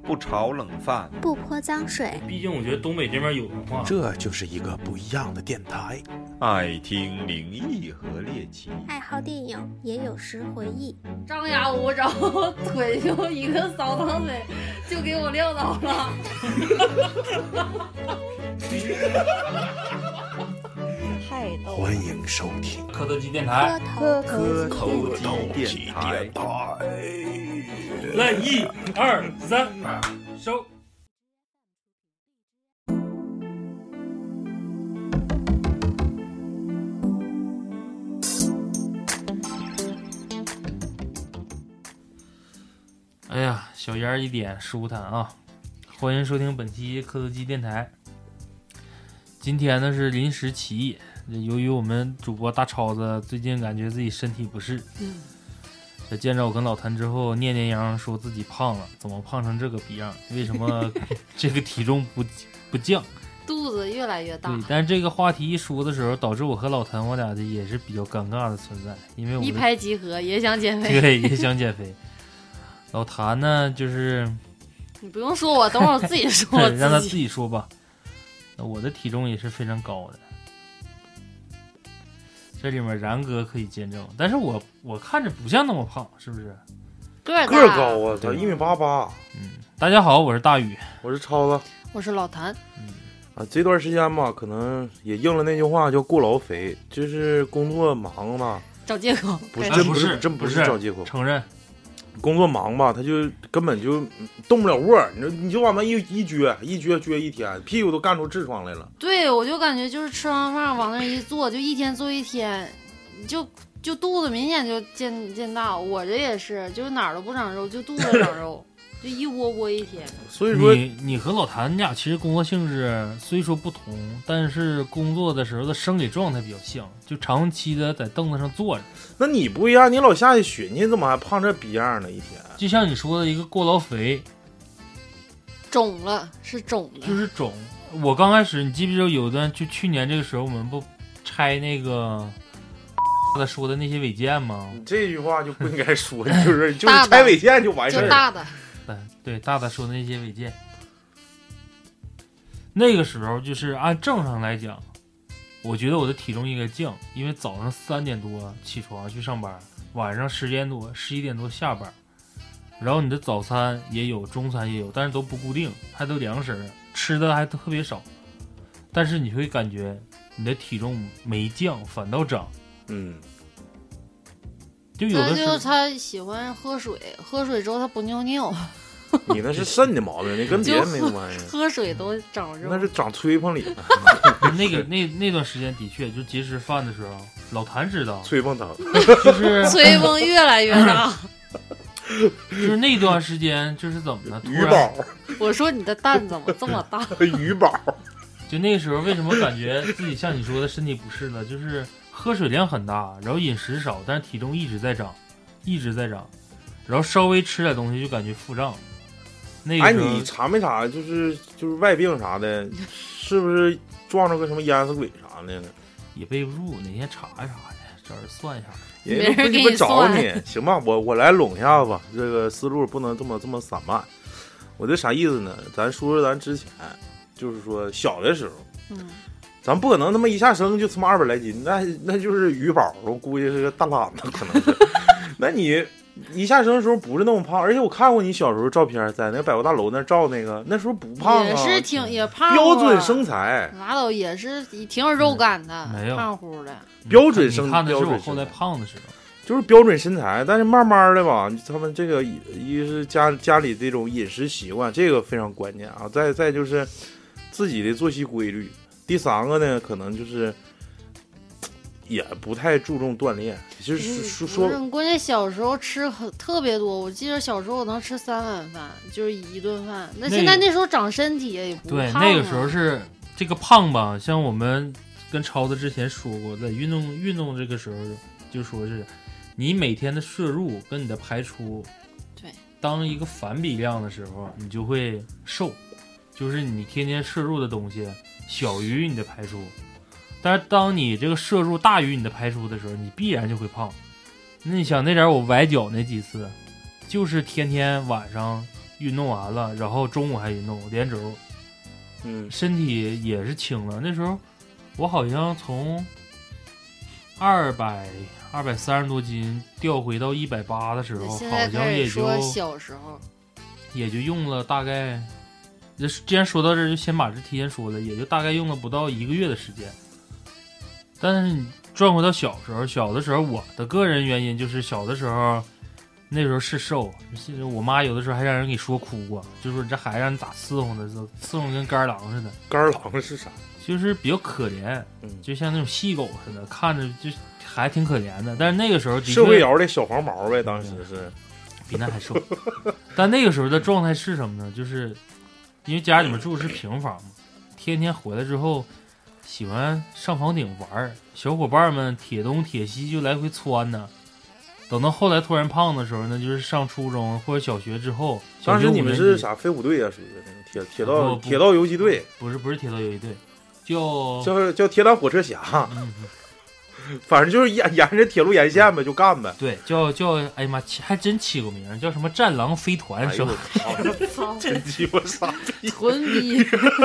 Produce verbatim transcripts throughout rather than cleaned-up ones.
不炒冷饭， 不泼脏水。 毕竟我觉得东北这边有文化， 这就是一个不一样的电台。 爱听灵异和猎奇， 爱好电影，也有时回忆。 张牙舞爪，腿就一个扫堂腿就给我撂倒了。 太逗了！ 欢迎收听磕头机电台， 磕磕头机机电台。 来，一二三，收。哎呀，小烟一点舒坦啊！欢迎收听本期磕头机电台。今天呢是临时起意，由于我们主播大超子最近感觉自己身体不适，嗯，在见着我跟老谭之后，念念秧说自己胖了，怎么胖成这个逼样？为什么这个体重不不降？ 肚子越来越大。 对，但是这个话题一说的时候，导致我和老谭我俩的也是比较尴尬的存在，因为我一拍即合，也想减肥， 对，也想减肥。老谭呢，就是你不用说我，等会儿我自己说我自己， 让他自己说吧。我的体重也是非常高的，这里面然哥可以见证，但是我我看着不像那么胖，是不是？ 个儿个儿高啊，他一米八八。 嗯，大家好，我是大宇， 我是超子， 我是老谭。 嗯啊，这段时间吧，可能也应了那句话，叫过劳肥，就是工作忙吧， 找借口， 不是真不不是真不是找借口， 承认。 工作忙吧，他就根本就动不了窝，你说你就往那一一撅一撅撅一天，屁股都干出痔疮来了。 对，我就感觉就是吃完饭往那一坐，就一天坐一天，就就肚子明显就见见大。我这也是，就是哪儿都不长肉，就肚子长肉，就一窝窝一天。 所以说你你和老谭你俩其实工作性质虽说不同，但是工作的时候的生理状态比较像，就长期的在凳子上坐着。 那你不一样，你老下去学，你怎么还胖这逼样呢？一天就像你说的一个过劳肥， 肿了是肿的， 就是肿。我刚开始你记不记得有一段，就去年这个时候我们不拆那个他说的那些违建吗？ 你这句话就不应该说，就是就是拆违建就完事儿。 就大的， 对对，大大说的那些违建。那个时候就是按正常来讲，我觉得我的体重应该降，因为早上三点多起床去上班，晚上十点多、十一点多下班，然后你的早餐也有，中餐也有，但是都不固定，还都凉食，吃的还特别少。但是你会感觉你的体重没降，反倒涨。 嗯， 就有的时候他就他喜欢喝水，喝水之后他不尿尿。 你那是肾的毛病，你跟别人没有关系。 喝水都长肉， 那是长吹风里的。 那个那那段时间的确，就节食饭的时候，老谭知道吹风疼， 就是吹风越来越大。 就是那段时间，就是怎么呢？ 鱼宝， 我说你的蛋怎么这么大？ 鱼宝， 就那个时候为什么感觉自己像你说的身体不适了？就是喝水量很大，然后饮食少，但是体重一直在涨，一直在涨，然后稍微吃点东西就感觉腹胀。那个哎，你查没查？就是就是外病啥的，是不是撞着个什么淹死鬼啥的呢？ 也背不住，哪天查一查去，找人算一下。 人家不鸡巴找你，行吧？我我来拢一下子吧，这个思路不能这么这么散漫。我这啥意思呢？咱说说咱之前，就是说小的时候， 嗯， 咱不可能他妈一下生就他妈二百来斤，那那就是鱼宝，我估计是个大懒子，可能是。那你。一下生的时候不是那么胖，而且我看过你小时候照片，在那个百货大楼那照那个，那时候不胖啊， 也是挺也胖， 标准身材， 拉倒，也是挺有肉感的， 没有胖乎的， 标准身。 你看的是我后来胖的时候， 就是标准身材，但是慢慢的吧，他们这个一是家家里这种饮食习惯，这个非常关键啊，再再就是自己的作息规律，第三个呢，可能就是。也不太注重锻炼，就是说说， 关键小时候吃很特别多，我记得小时候我能吃三碗饭，就是一顿饭。那现在那时候长身体也不胖、啊、 对，那个时候是这个胖吧，像我们跟超子之前说过，在运动运动这个时候就说是，你每天的摄入跟你的排出， 对， 当一个反比量的时候，你就会瘦，就是你天天摄入的东西小于你的排出。但是当你这个摄入大于你的排出的时候，你必然就会胖。那你想那点我崴脚那几次，就是天天晚上运动完了，然后中午还运动，连轴， 嗯， 身体也是轻了。那时候我好像从二百二百三十多斤掉回到一百八的时候， 现好在开始像也就说小时候， 也就用了大概，这既然说到这儿，就先把这提前说了，也就大概用了不到一个月的时间。但是你转回到小时候，小的时候我的个人原因就是小的时候，那时候是瘦，是我妈有的时候还让人给说哭过，就说这孩子让你咋伺候的，伺候跟干狼似的。 干狼是啥？ 就是比较可怜， 嗯， 就像那种细狗似的，看着就还挺可怜的。但是那个时候的确社会摇的小黄毛呗，当时是比那还瘦。但那个时候的状态是什么呢？就是因为家里面住的是平房嘛，天天回来之后喜欢上房顶玩，小伙伴们铁东铁西就来回窜呢。等到后来突然胖的时候呢，就是上初中或者小学之后。 当时你们是啥飞虎队啊？属于那种铁铁道铁道游击队？ 不是不是铁道游击队，叫叫叫铁胆火车侠。 嗯， 反正就是沿沿着铁路沿线呗，就干呗。 对，叫叫哎呀妈，还真起个名，叫什么战狼飞团是吧？ 真鸡巴傻逼， 屯逼。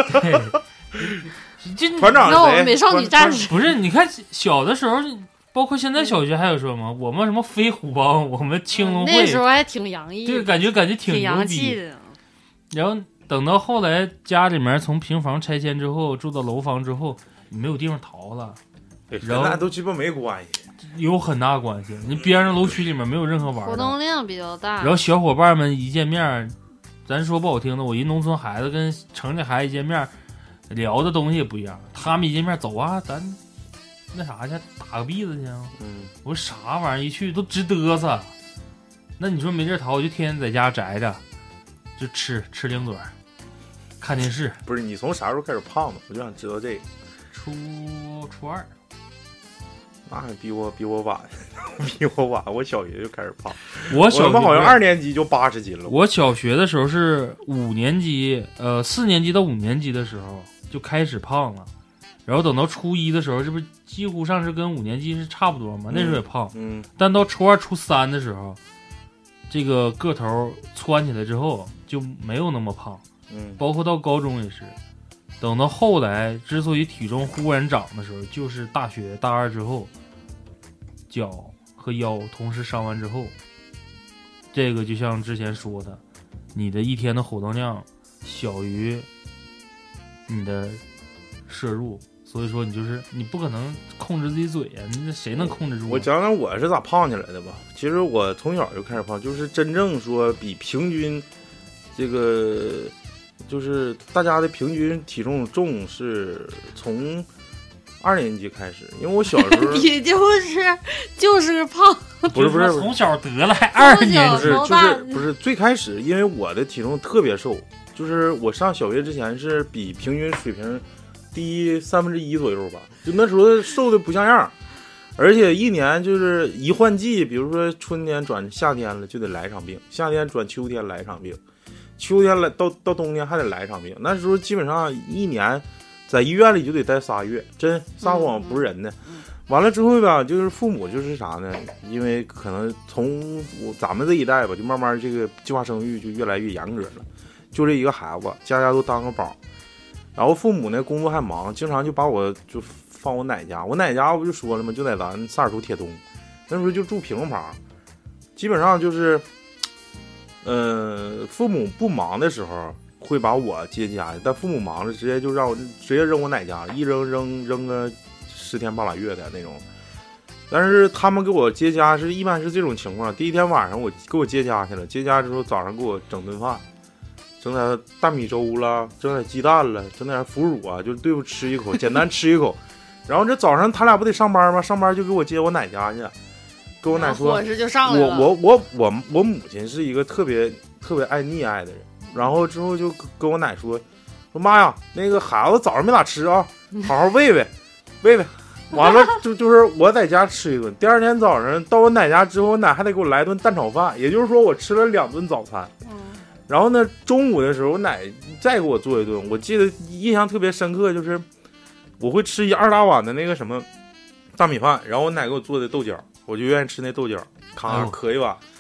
这团长那我们美少女战士不是？你看小的时候。包括现在小学还有说吗？我们什么飞虎帮，我们青龙会， 那时候还挺洋溢， 对，感觉感觉挺挺洋气的。 然后等到后来家里面从平房拆迁之后住到楼房之后，你没有地方逃了， 然后那都基本没关系， 有很大关系。你边上楼区里面没有任何玩的， 活动量比较大。 然后小伙伴们一见面，咱说不好听的，我一农村孩子跟城里孩子一见面，聊的东西也不一样。他们一见面走啊，咱。那啥去打个篦子去啊！ 嗯， 我说啥玩意儿，一去都直嘚瑟。那你说没地儿逃，我就天天在家宅着，就吃吃零嘴，看电视。 不是你从啥时候开始胖的？我就想知道这个。 初初二， 那比我比我晚，比我晚。我小学就开始胖， 我小学好像二年级就八十斤了。 我小学的时候是五年级，呃，四年级到五年级的时候就开始胖了。然后等到初一的时候，这不几乎上是跟五年级是差不多嘛？那时候也胖， 嗯， 但到初二、初三的时候，这个个头窜起来之后就没有那么胖， 嗯， 包括到高中也是。等到后来，之所以体重忽然长的时候，就是大学大二之后，脚和腰同时伤完之后，这个就像之前说的，你的一天的活动量小于你的摄入。所以说你就是你不可能控制自己嘴呀、啊，你谁能控制住、啊？ 我讲讲我是咋胖起来的吧。其实我从小就开始胖，就是真正说比平均这个就是大家的平均体重重是从二年级开始，因为我小时候也就是就是个胖， 不是不是从小得了还二年不是就是不是最开始，因为我的体重特别瘦，就是我上小学之前是比平均水平低三分之一左右吧，就那时候瘦的不像样，而且一年就是一换季，比如说春天转夏天了就得来一场病，夏天转秋天来一场病，秋天来到到冬天还得来一场病。那时候基本上一年在医院里就得待仨月，真撒谎不是人的。完了之后吧，就是父母就是啥呢？因为可能从我咱们这一代吧，就慢慢这个计划生育就越来越严格了，就这一个孩子，家家都当个宝。然后父母呢工作还忙，经常就把我就放我奶家。我奶家不就说了吗？就在咱萨尔图铁东，那时候就住平房，基本上就是，呃，父母不忙的时候会把我接家，但父母忙了直接就让我直接扔我奶家，一扔扔扔个十天半拉月的那种。但是他们给我接家是一般是这种情况，第一天晚上我给我接家去了，接家之后早上给我整顿饭。整点大米粥了，整点鸡蛋了，整点腐乳啊，就对付吃一口，简单吃一口。然后这早上他俩不得上班吗？上班就给我接我奶家去，跟我奶说， 伙食就上来了。 我我我我我母亲是一个特别特别爱溺爱的人，然后之后就跟我奶说，说妈呀，那个孩子早上没咋吃啊，好好喂喂，喂喂。完了就就是我在家吃一顿，第二天早上到我奶家之后，我奶还得给我来顿蛋炒饭，也就是说我吃了两顿早餐。嗯。然后呢，中午的时候，我奶再给我做一顿。我记得印象特别深刻，就是我会吃一二大碗的那个什么大米饭，然后我奶给我做的豆角，我就愿意吃那豆角，咔嗑一碗。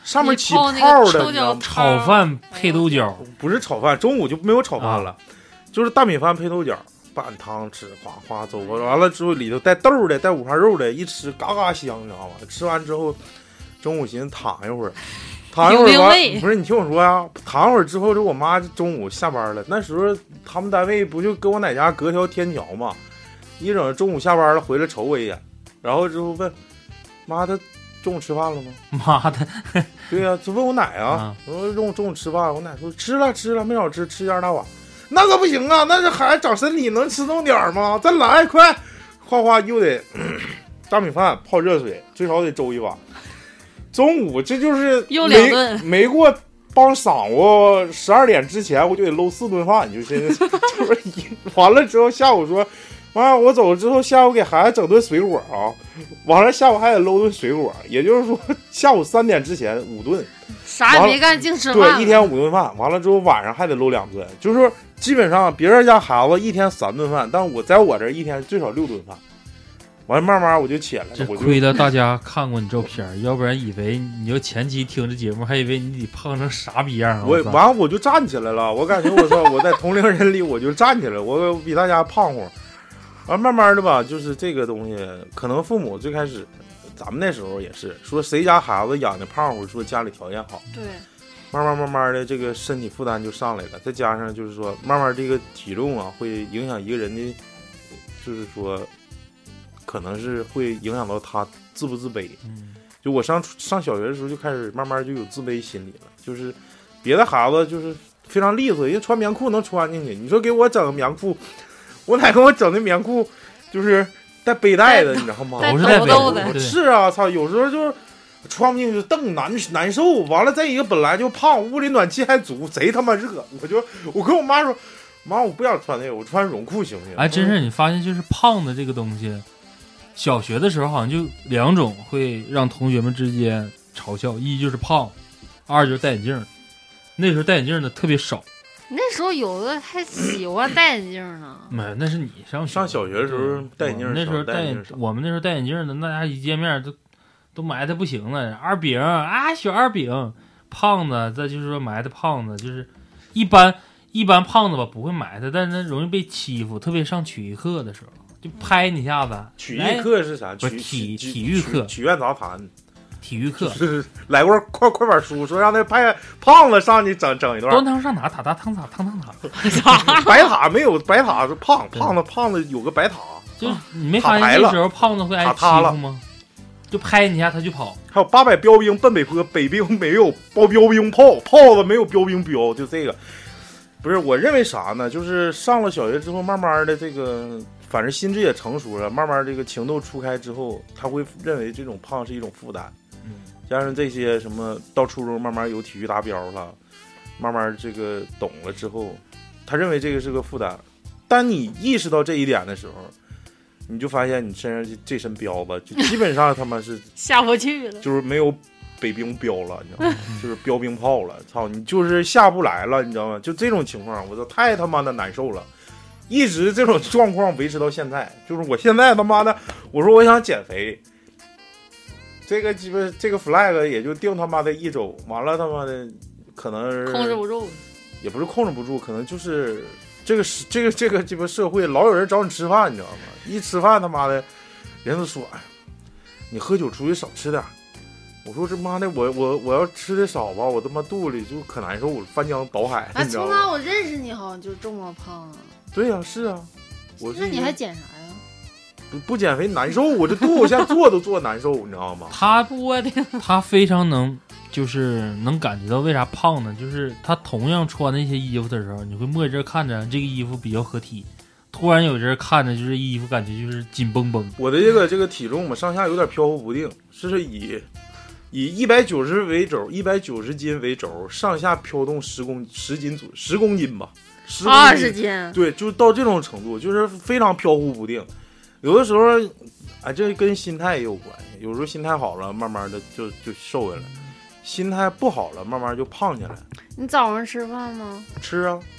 上面起泡你泡那个的， 臭脚你知道吗？ 炒饭配豆角， 不是炒饭，中午就没有炒饭了，就是大米饭配豆角，拌汤吃，哗哗走吧。完了之后里头带豆的，带五花肉的，一吃嘎嘎香，你知道吗？吃完之后，中午寻思躺一会儿，躺一会儿完，不是你听我说呀、啊，躺一会儿之后，就我妈中午下班了，那时候他们单位不就跟我奶家隔条天桥嘛，一整中午下班了回来瞅我一眼，然后之后问妈他中午吃饭了吗？ 妈的， 对呀、啊，就问我奶啊，我说中午中午吃饭，我奶说吃了吃了，没少吃，吃一大碗。那可不行啊，那这孩子长身体能吃那么点儿吗？再来快，哗哗又得大米饭泡热水，最少得粥一碗。中午这就是又两顿， 没过帮晌午十二点之前，我就得搂四顿饭，就是就是完了之后下午说。妈，我走了之后，下午给孩子整顿水果啊，完了下午还得搂顿水果，也就是说下午三点之前五顿， 啥也没干，净吃饭。 对，一天五顿饭，完了之后晚上还得搂两顿，就是说基本上别人家孩子一天三顿饭，但我在我这一天最少六顿饭。完了慢慢我就起来了， 这我就亏得大家看过你照片，要不然以为你就前期听这节目，还以为你得胖成啥逼样啊！ 我完了我就站起来了，我感觉我操，我在同龄人里我就站起来，我比大家胖乎。而慢慢的吧，就是这个东西，可能父母最开始，咱们那时候也是说谁家孩子养的胖乎，说家里条件好， 对， 慢慢慢慢的这个身体负担就上来了，再加上就是说，慢慢这个体重啊，会影响一个人的，就是说，可能是会影响到他自不自卑。 嗯， 就我上上小学的时候就开始慢慢就有自卑心理了，就是别的孩子就是非常利索，人家穿棉裤能穿进去，你说给我整个棉裤。我奶给我整的棉裤，就是带背带的，你知道吗？ 都是带背的。 是啊，操！有时候就是穿不进去，蹬难难受。完了，再一个本来就胖，屋里暖气还足，贼他妈热。我就我跟我妈说，妈，我不想穿那个，我穿绒裤行不行？ 哎，真是你发现就是胖的这个东西，小学的时候好像就两种会让同学们之间嘲笑，一就是胖，二就是戴眼镜。那时候戴眼镜的特别少。 那时候有的还喜欢戴眼镜呢。 没，那是你上上小学的时候戴眼镜， 那时候戴眼，我们那时候戴眼镜的，大家一见面都都埋汰不行了。二饼啊，小二饼，胖子，再就是说埋汰胖子，就是一般一般胖子吧不会埋汰，但是容易被欺负，特别上体育课的时候就拍你一下子。 体育课是啥？ 不是体体育课， 曲苑杂谈。 体育课是来块快快板书，说让那拍胖子上去整整一段。 端汤上塔，塔塔汤塔汤汤塔。 白塔没有白塔是胖胖子胖子有个白塔， 就是你没发现那时候胖子会挨欺负吗？就拍你一下他就跑。 还有八百标兵奔北坡，北兵没有包标兵炮，炮子没有标兵标，就这个。不是我认为啥呢？就是上了小学之后，慢慢的这个，反正心智也成熟了，慢慢这个情窦初开之后，他会认为这种胖是一种负担。 嗯， 加上这些什么，到初中慢慢有体育达标了，慢慢这个懂了之后，他认为这个是个负担。当你意识到这一点的时候，你就发现你身上这身膘子，就基本上他妈是下不去了， 就是没有北兵膘了，你知道吗？就是标兵炮了，操你就是下不来了，你知道吗？就这种情况，我操，太他妈的难受了。一直这种状况维持到现在，就是我现在他妈的，我说我想减肥。这个鸡巴这个 flag 也就定他妈的一周，完了他妈的可能控制不住， 也不是控制不住，可能就是这个这个这个鸡巴社会老有人找你吃饭，你知道吗？一吃饭他妈的，人都说，哎，你喝酒出去少吃点。我说这妈的，我我我要吃的少吧，我他妈肚里就可难受了，翻江倒海。 哎， 你知道吗？ 从哪我认识你好像就这么胖啊？ 对呀、啊，是啊，我那你还减啥呀？ 不不减肥难受，我这肚我现在坐都坐难受，你知道吗？ 他我的他非常能，就是能感觉到为啥胖呢？就是他同样穿那些衣服的时候，你会摸着看着这个衣服比较合体，突然有人看着就是衣服感觉就是紧绷绷。 我的这个这个体重嘛，上下有点飘忽不定，是以以一百九十为轴，一百九十斤为轴，上下飘动十公十斤左十公斤吧， 二十斤， 对，就到这种程度，就是非常飘忽不定。有的时候，哎，这跟心态也有关系。有时候心态好了，慢慢的就就瘦下来；心态不好了，慢慢就胖下来。 你早上吃饭吗？ 吃啊，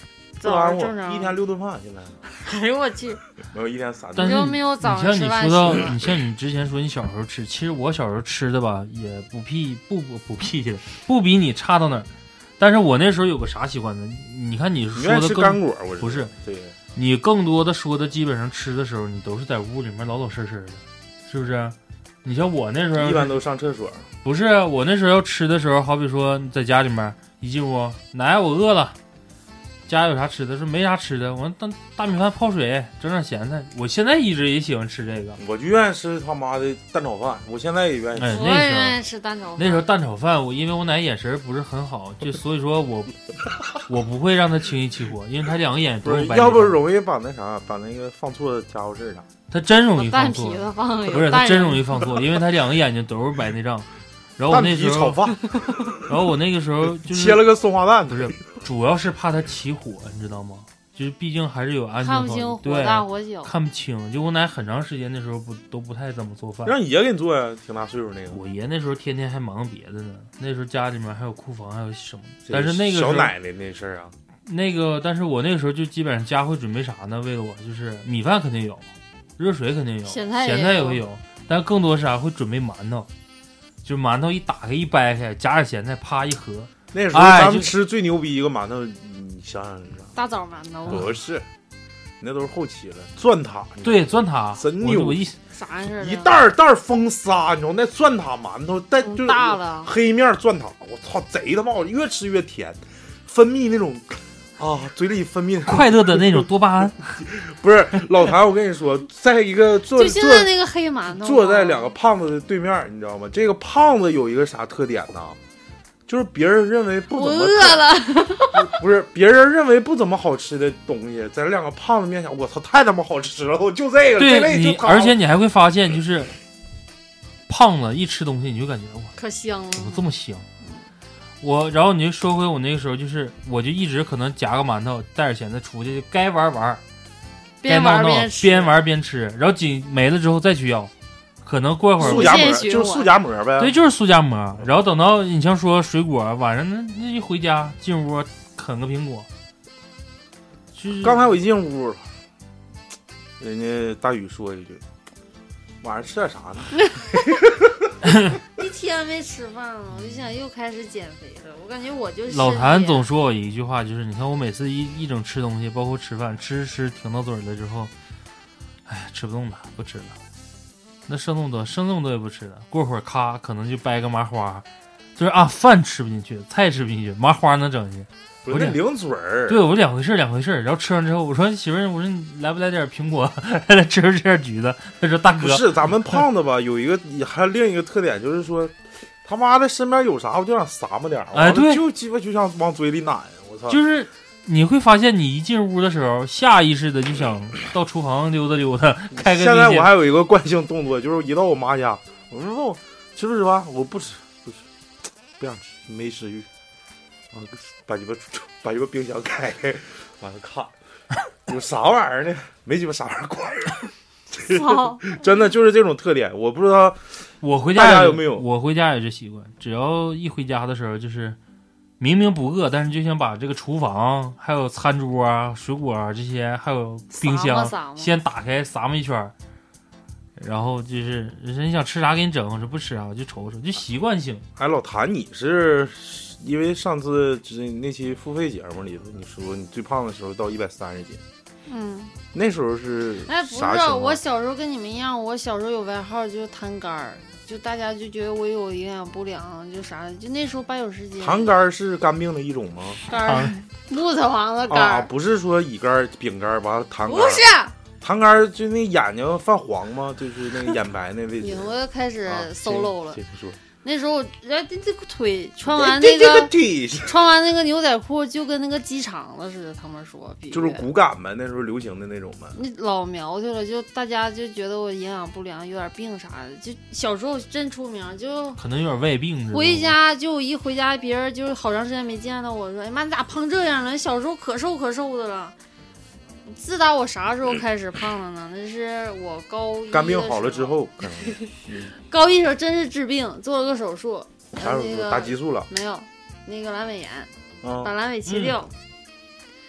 不完我正常一天六顿饭，现在哎呦我去， 没有一天三但顿。 是就没有早你像你上吃饭说到， 习惯你像你之前说你小时候吃，其实我小时候吃的吧，也不屁不不不屁气的，不比你差到哪儿。但是我那时候有个啥习惯呢？你看你你愿意说的更， 吃干果，我不是对， 你更多的说的基本上吃的时候，你都是在屋里面老老实实的，是不是？你像我那时候一般都上厕所。 不是我那时候要吃的时候，好比说在家里面一进屋，奶我饿了，家有啥吃的？说没啥吃的，我说大大米饭泡水，整点咸菜。我现在一直也喜欢吃这个。 我就愿意吃他妈的蛋炒饭，我现在也愿意吃。 哎， 我那时候也愿意吃蛋炒饭。 那时候蛋炒饭，我因为我奶眼神不是很好，就所以说我我不会让他轻易起火，因为他两个眼不是， 都白要不内障容易把那啥，把那个放错家伙事儿啥。 他真容易蛋皮放错， 子放里， 不是他真容易。 易放错，因为他两个眼睛都是白内障。然后我蛋那时候， 皮炒饭， 然后我那个时候就是切了个松花蛋， 不是，主要是怕它起火，你知道吗？就是毕竟还是有安全看不清考虑， 火大对， 火小。 看不清。就我奶很长时间那时候不都不太怎么做饭， 让爷给你做呀，挺大岁数那个。 我爷那时候天天还忙别的呢，那时候家里面还有库房，还有什么。 这但是那个时候小奶奶那事儿啊， 那个，但是我那个时候就基本上家会准备啥呢？为了我，就是米饭肯定有，热水肯定有， 咸菜也咸菜也有会有，但更多是啥？会准备馒头，就馒头一打开一掰开，加点咸菜，啪一合。 那时候哎就咱们吃最牛逼一个馒头，你想想是啥？ 大枣馒头不是，那都是后期了，钻塔。 对，钻塔， 真牛我我一啥样式的？ 一袋儿袋儿封仨，你知道那钻塔馒头带嗯就是大了黑面钻塔，我操，贼他妈好，越吃越甜，分泌那种啊，嘴里分泌快乐的那种多巴胺。 不是老谭，我跟你说，在一个坐就现坐在那个黑馒头， 坐在两个胖子的对面，你知道吗？这个胖子有一个啥特点呢？就是别人认为不我怎么饿了， 不是别人认为不怎么好吃的东西，在两个胖子面前，我操，太他妈好吃了！我就这个，这对你， 类就他而且你还会发现，就是胖子一吃东西，你就感觉哇， 可香了。 怎么这么香？我，然后你就说回我那个时候，就是我就一直可能夹个馒头，带点咸菜出去，该玩玩，该边闹闹玩边吃， 边玩边吃，然后紧没了之后再去要，可能过会儿我素夹馍， 无限循环就是素夹馍呗。 对，就是素夹馍。然后等到你像说水果，晚上那那一回家进屋啃个苹果，就是刚才我一进屋，人家大宇说一句：“晚上吃点啥呢一天没吃饭了，我就想又开始减肥了。我感觉我就是老谭总说我一句话，就是你看我每次一一整吃东西，包括吃饭，吃吃停到嘴了之后，哎，吃不动了，不吃了。那剩那么多，剩那么多也不吃了。过会儿咔，可能就掰个麻花，就是啊，饭吃不进去，菜吃不进去，麻花能整进去。？” 不是那零嘴儿， 对我两回事，两回事。然后吃完之后，我说媳妇儿，我说你来不来点苹果，来吃不吃点橘子？他说大哥， 不是咱们胖子吧？有一个还有另一个特点，就是说他妈的身边有啥我就想撒么点儿，完了哎对就鸡巴就想往嘴里撵，我操！ 就是你会发现，你一进屋的时候，下意识的就想到厨房溜达溜达，开个现在冰箱我还有一个惯性动作，就是一到我妈家，我说问我吃不吃饭，我不吃，不吃，不想吃，没食欲。啊，把鸡巴把鸡巴冰箱开开，完了看有啥玩意儿呢？没鸡巴啥玩意儿管操， 真的就是这种特点。我不知道我回家也大家有没有我回家也是习惯，只要一回家的时候，就是明明不饿，但是就想把这个厨房、还有餐桌啊、水果啊这些，还有冰撒箱嘛撒嘛先打开撒么一圈儿，然后就是人想吃啥给你整，我说不吃啊，我就瞅瞅，就习惯性。 哎，老谭，你是因为上次就是那期付费节目里头，你说你最胖的时候到一百三十斤， 嗯， 那时候是哎，不是， 啥情况？ 我小时候跟你们一样，我小时候有外号就是痰干儿，就大家就觉得我有营养不良，就啥，就那时候八九十斤。 痰干是肝病的一种吗？ 干儿，木头王子干啊， 儿， 不是说乙肝、丙肝，完了痰干。 不是， 痰干就那眼睛泛黄吗？就是那个眼白那位置。 影子开始啊 solo 了。 接着说， 那时候，哎，这这个腿穿完那这个个腿穿完那个牛仔裤就跟那个鸡肠子似的，他们说，比喻就是骨感呗，那时候流行的那种呗。 那老苗条了，就大家就觉得我营养不良，有点病啥的。就小时候真出名，就可能有点外病，知道吗回家就一回家，别人就是好长时间没见到我，说：“哎妈，你咋胖这样了？小时候可瘦可瘦的了。”自打我啥时候开始胖的呢？那是我高一肝病的时候， 好了之后，可能嗯高一时候真是治病，做了个手术， 啥那个打激素了没有，那个阑尾炎， 啊把阑尾切掉。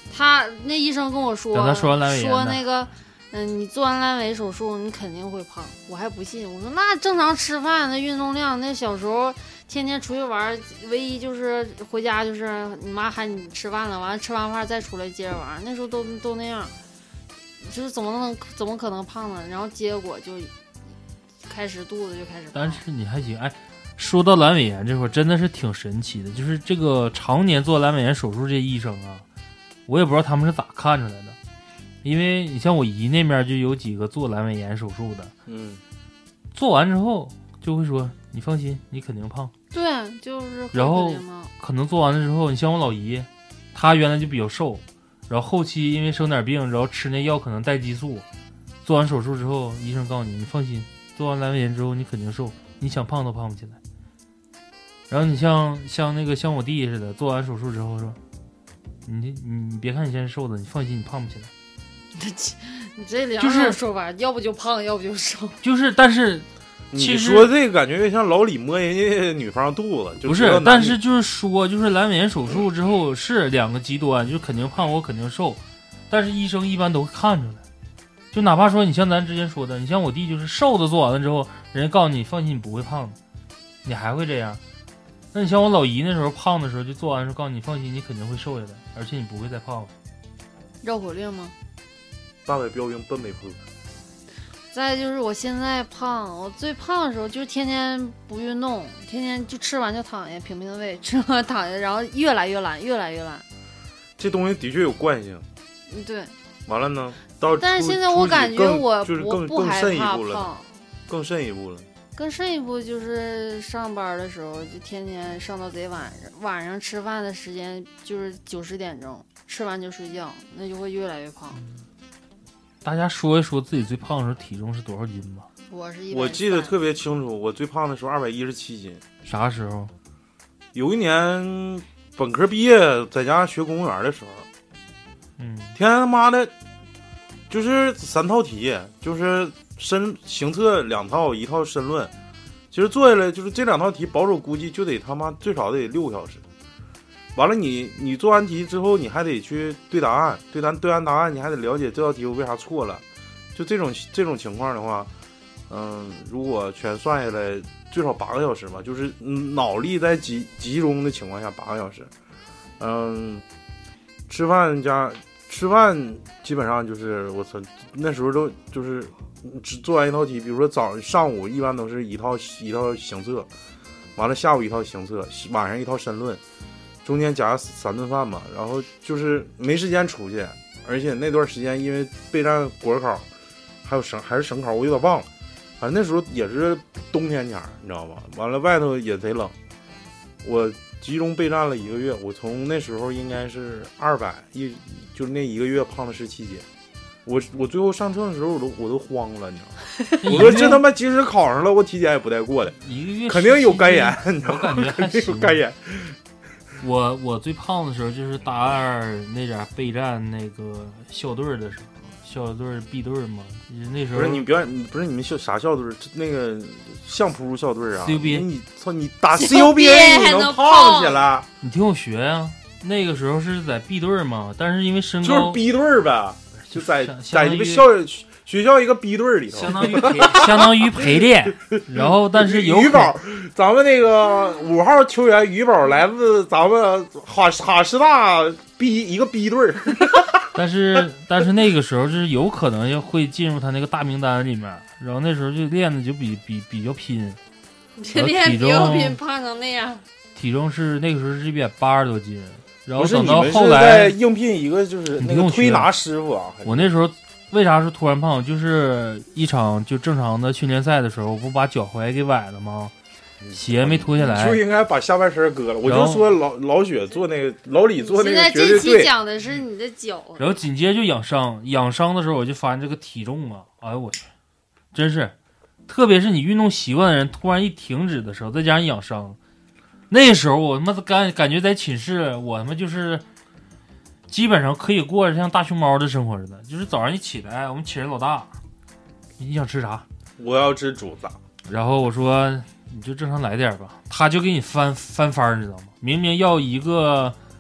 他那医生跟我说， 等他说完阑尾炎呢说那个，嗯，你做完阑尾手术，你肯定会胖。我还不信，我说那正常吃饭，那运动量，那小时候天天出去玩，唯一就是回家就是你妈喊你吃饭了，完了吃完饭再出来接着玩，那时候都都那样，就是怎么能怎么可能胖呢？然后结果就开始肚子就开始胖。 但是你还行，哎。说到阑尾炎这块儿真的是挺神奇的，就是这个常年做阑尾炎手术这医生啊，我也不知道他们是咋看出来的。因为你像我姨那边就有几个做阑尾炎手术的， 嗯， 做完之后就会说你放心，你肯定胖。 对，就是会然后可怜嘛可能做完了之后，你像我老姨，她原来就比较瘦，然后后期因为生点病，然后吃那药可能带激素，做完手术之后，医生告诉你，你放心，做完阑尾炎之后你肯定瘦，你想胖都胖不起来。然后你像像那个像我弟似的，做完手术之后说，你你你别看你现在瘦的，你放心，你胖不起来。 你这两就是种说法，要不就胖，要不就瘦。 就是，但是你其实说这个感觉像老李摸人家女方肚子，就不是，但是就是说，就是阑尾炎手术之后是两个极端，就是肯定胖，我肯定瘦，但是医生一般都会看出来。就哪怕说你像咱之前说的，你像我弟就是瘦的做完了之后，人家告诉你放心，你不会胖的，你还会这样。那你像我老姨那时候胖的时候，就做完时候告诉你放心，你肯定会瘦下来，而且你不会再胖了。 绕口令吗？ 大尾标兵奔北坡。 再就是我现在胖，我最胖的时候就是天天不运动，天天就吃完就躺下，平平的胃，吃完躺下，然后越来越懒，越来越懒。 这东西的确有惯性。 嗯，对。 完了呢，到但是现在我感觉我就是我不害怕胖， 更甚一步了。 更甚一步就是上班的时候，就天天上到贼晚上，晚上吃饭的时间就是九十点钟，吃完就睡觉，那就会越来越胖。 大家说一说自己最胖的时候体重是多少斤吧？ 我是一， 我记得特别清楚，我最胖的时候二百一十七斤。 啥时候？ 有一年本科毕业，在家学公务员的时候， 嗯， 天他妈的，就是三套题，就是申行测两套，一套申论。其实做下来就是这两套题，保守估计就得他妈最少得六个小时。完了你，你你做完题之后，你还得去对答案，对答对完答案，你还得了解这道题我为啥错了。就这种这种情况的话，嗯，如果全算下来，最少八个小时吧，就是脑力在集集中的情况下八个小时。嗯，吃饭加吃饭基本上就是我操，那时候都就是只做完一套题，比如说早上午一般都是一套一套行测，完了下午一套行测，晚上一套申论。中间夹三顿饭嘛，然后就是没时间出去，而且那段时间因为备战国考，还有省还是省考，我有点忘了。反正那时候也是冬天前，你知道吗？完了外头也贼冷，我集中备战了一个月。我从那时候应该是二百一，就是那一个月胖了十七斤。我我最后上秤的时候，我都我都慌了，你知道吗？我说这他妈即使考上了，我体检也不带过的， 一个月肯定有肝炎，你知道吗？ 我感觉还肯定有肝炎。 我我最胖的时候就是大二那点备战那个校队的时候，校队 B 队嘛，那时候不是你表演，不是你们校啥校队？那个相扑校队啊 ？C U B A， 你操你打 C U B A 你能胖起来？ 你听我学呀、啊，那个时候是在 B 队嘛，但是因为身高就是 B 队呗，就在在一个校学校一个 B 队里头， 相当于陪相当于陪练，然后但是有于宝，咱们那个五号球员于宝来自咱们哈哈师大 B 一个 B 队， 但是但是那个时候是有可能要会进入他那个大名单里面，然后那时候就练的就比比比较拼， 练比较拼，胖成那样， 体重是那个时候是一百八十多斤，然后不是等到你们后来是在应聘一个就是那个推拿师傅啊， 我那时候。为啥是突然胖？就是一场就正常的训练赛的时候，我不把脚踝给崴了吗？鞋没脱下来， 就应该把下半身割了。我就说老老雪做那个，老李做那个绝对对。 现在这期讲的是你的脚。 然后紧接着就养伤，养伤的时候我就发现这个体重啊，哎呦我去，真是，特别是你运动习惯的人突然一停止的时候，再加上养伤，那时候我他妈感感觉在寝室我他妈就是。基本上可以过着像大熊猫的生活似的，就是早上一起来，我们寝室老大，你想吃啥？ 我要吃煮子。 然后我说你就正常来点吧，他就给你翻翻番，你知道吗？明明要一个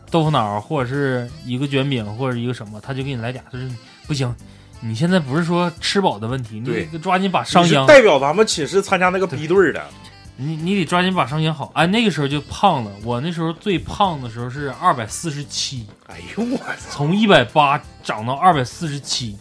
豆腐脑或者是一个卷饼或者一个什么，他就给你来俩，就是不行，你现在不是说吃饱的问题， 对你抓紧把伤养。 代表咱们寝室参加那个逼队的， 你你得抓紧把伤养好。哎，那个时候就胖了，我那时候最胖的时候是二百四十七， 哎呦我操， 从一百八长到二百四十七。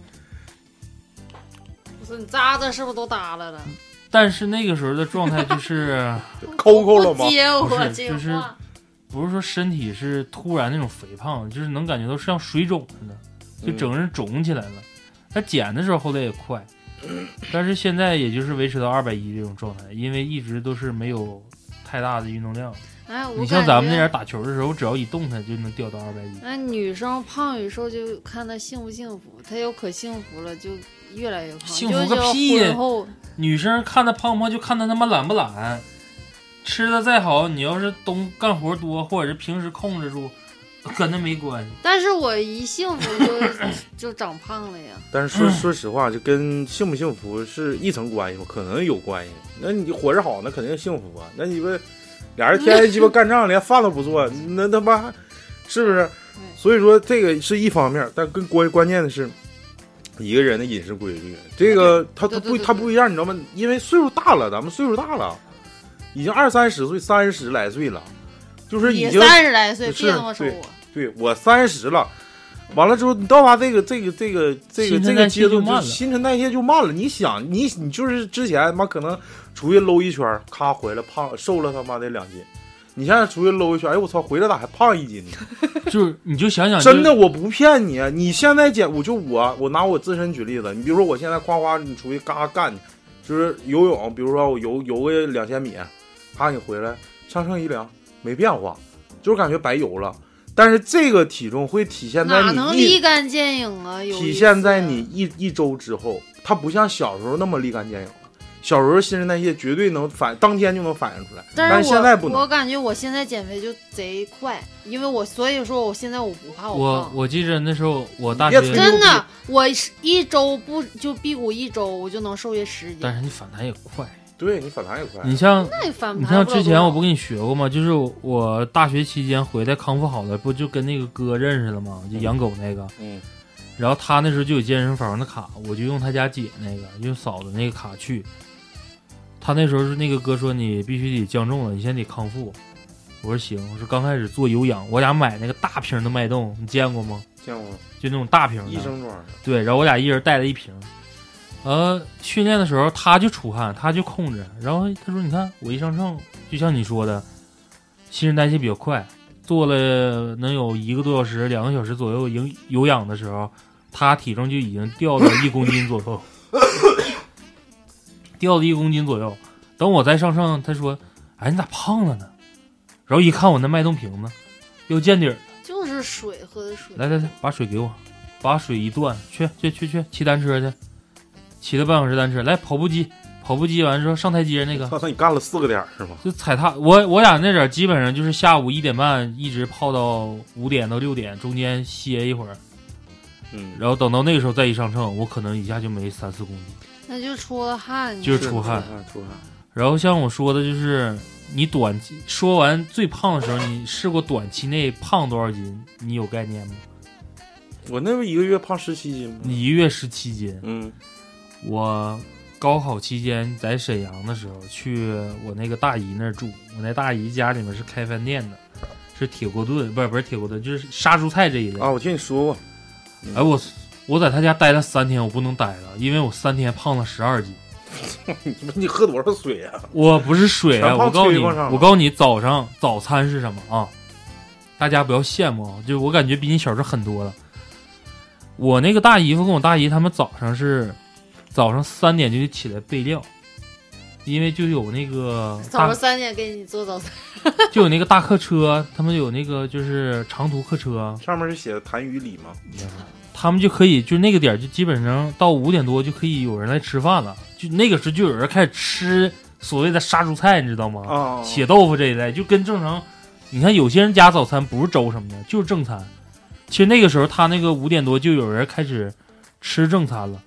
不是你渣子是不是都耷拉了？ 但是那个时候的状态就是抠抠了吗？ 不接我不是这就是话。 不是说身体是突然那种肥胖，就是能感觉到像水肿似的，就整个人肿起来了。他减的时候后来也快，但是现在也就是维持到二百一这种状态，因为一直都是没有太大的运动量。 哎，我你像咱们那感觉点打球的时候，只要一动弹就能掉到二百一。 那女生胖与瘦就看她幸不幸福，她要可幸福了就越来越胖， 幸福个就屁！ 婚后女生看她胖不胖就看她他妈懒不懒，吃的再好，你要是东干活多，或者是平时控制住，跟那没关系。 但是我一幸福就就长胖了呀。 但是说说实话，就跟幸不幸福是一层关系吗？可能有关系。那你活着好，那肯定幸福啊。那你们俩人天天鸡巴干仗，连饭都不做，那他妈是不是？所以说这个是一方面，但更关关键的是一个人的饮食规律。这个他他不他不一样，你知道吗？因为岁数大了，咱们岁数大了，已经二三十岁、三十来岁了，就是已经三十来岁， 是别这么说我。 对我三十了，完了之后，你到达这个这个这个这个这个阶段，就新陈代谢就慢了。你想，你你就是之前妈可能出去搂一圈，咔回来胖瘦了他妈的两斤，你现在出去搂一圈，哎我操，回来咋还胖一斤呢？ 就是你就想想， 真的我不骗你，你现在减，我就我我拿我自身举例子，你比如说我现在夸夸你出去嘎干，就是游泳，比如说我游游个两千米，啪你回来上称一量没变化，就是感觉白游了。但是这个体重会体现在你哪能立竿见影啊？有体现在你一一周之后，它不像小时候那么立竿见影了。小时候新陈代谢绝对能反当天就能反映出来，但是现在不能。 我感觉我现在减肥就贼快，因为我所以说我现在我不怕我我我记着那时候我大学真的，我一周不就辟谷一周，我就能瘦下十斤。 但是你反弹也快。 对你反弹也快， 你像那也反你像之前我不跟你学过吗？就是我大学期间回来康复好了，不就跟那个哥认识了吗？就养狗那个， 嗯， 然后他那时候就有健身房的卡，我就用他家姐那个，用嫂子那个卡去。他那时候是那个哥说你必须得降重了，你先得康复。我说行，我说刚开始做有氧，我俩买那个大瓶的脉动，你见过吗？ 见过， 就那种大瓶的， 医生装的。 对，然后我俩一人带了一瓶。呃，训练的时候他就出汗，他就控制。然后他说：“你看我一上秤，就像你说的，新陈代谢比较快，做了能有一个多小时、两个小时左右有有氧的时候，他体重就已经掉了一公斤左右，掉了一公斤左右。等我再上秤，他说：‘哎，你咋胖了呢？’然后一看我那脉动瓶子，又见底儿了， 就是水喝的水。 来来来，把水给我，把水一断，去去去去，骑单车去。”骑了半小时单车，来跑步机，跑步机完之后上台阶那个， 操，你干了四个点是吗？ 就踩踏，我我俩那点基本上就是下午一点半一直泡到五点到六点，中间歇一会儿， 嗯， 然后等到那个时候再一上秤，我可能一下就没三四公斤， 那就出了汗， 就是出汗， 出汗。 然后像我说的，就是你短期说完最胖的时候，你试过短期内胖多少斤？你有概念吗？ 我那不一个月胖十七斤吗？ 你一个月十七斤， 嗯。 我高考期间在沈阳的时候，去我那个大姨那儿住。我那大姨家里面是开饭店的，是铁锅炖，不是不是铁锅炖，就是杀猪菜这一类啊。我听你说过。 嗯、哎，我我在他家待了三天，我不能待了，因为我三天胖了十二斤。 你你喝多少水啊？ 我不是水啊，我告诉你，我告诉你，早上早餐是什么啊？大家不要羡慕啊，就我感觉比你小时候很多了。我那个大姨夫跟我大姨他们早上是。早上三点就得起来备料，因为就有那个早上三点给你做早餐， 就有那个大客车，他们有那个就是长途客车， 上面是写的痰盂里吗？ 他们就可以就那个点就基本上到五点多就可以有人来吃饭了，就那个时候就有人开始吃所谓的杀猪菜，你知道吗？ 啊， 血豆腐这一类，就跟正常，你看有些人家早餐不是粥什么的，就是正餐。其实那个时候他那个五点多就有人开始吃正餐了。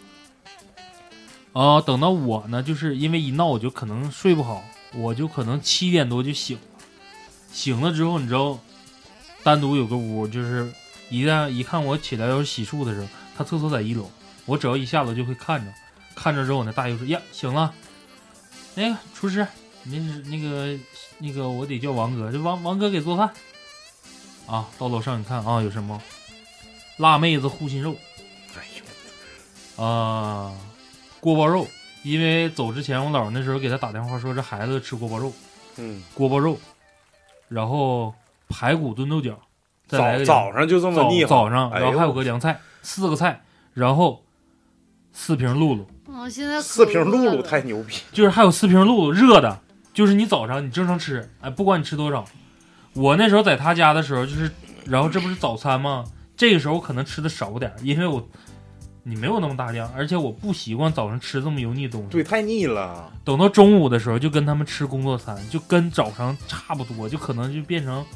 啊、呃，等到我呢，就是因为一闹我就可能睡不好，我就可能七点多就醒了。醒了之后，你知道， 单独有个屋，就是一旦一看我起来要是洗漱的时候，他厕所在一楼，我只要一下楼就会看着，看着之后我那大姨说呀行了，那个厨师，那是那个那个我得叫王哥，这王王哥给做饭啊。到楼上你看啊，有什么辣妹子护心肉， 哎呦啊，锅包肉。因为走之前我姥那时候给他打电话说这孩子吃锅包肉， 嗯， 锅包肉，然后排骨炖豆角，再来个早早上就这么腻， 早上， 哎、 然后还有个凉菜，四个菜，然后四瓶露露。 我、哦、现在四瓶露露太牛逼， 就是还有四瓶露露热的，就是你早上你正常吃，哎，不管你吃多少。我那时候在他家的时候，就是然后这不是早餐吗？这个时候我可能吃的少点，因为我。你没有那么大量，而且我不习惯早上吃这么油腻的东西， 对，太腻了。 等到中午的时候，就跟他们吃工作餐，就跟早上差不多，就可能就变成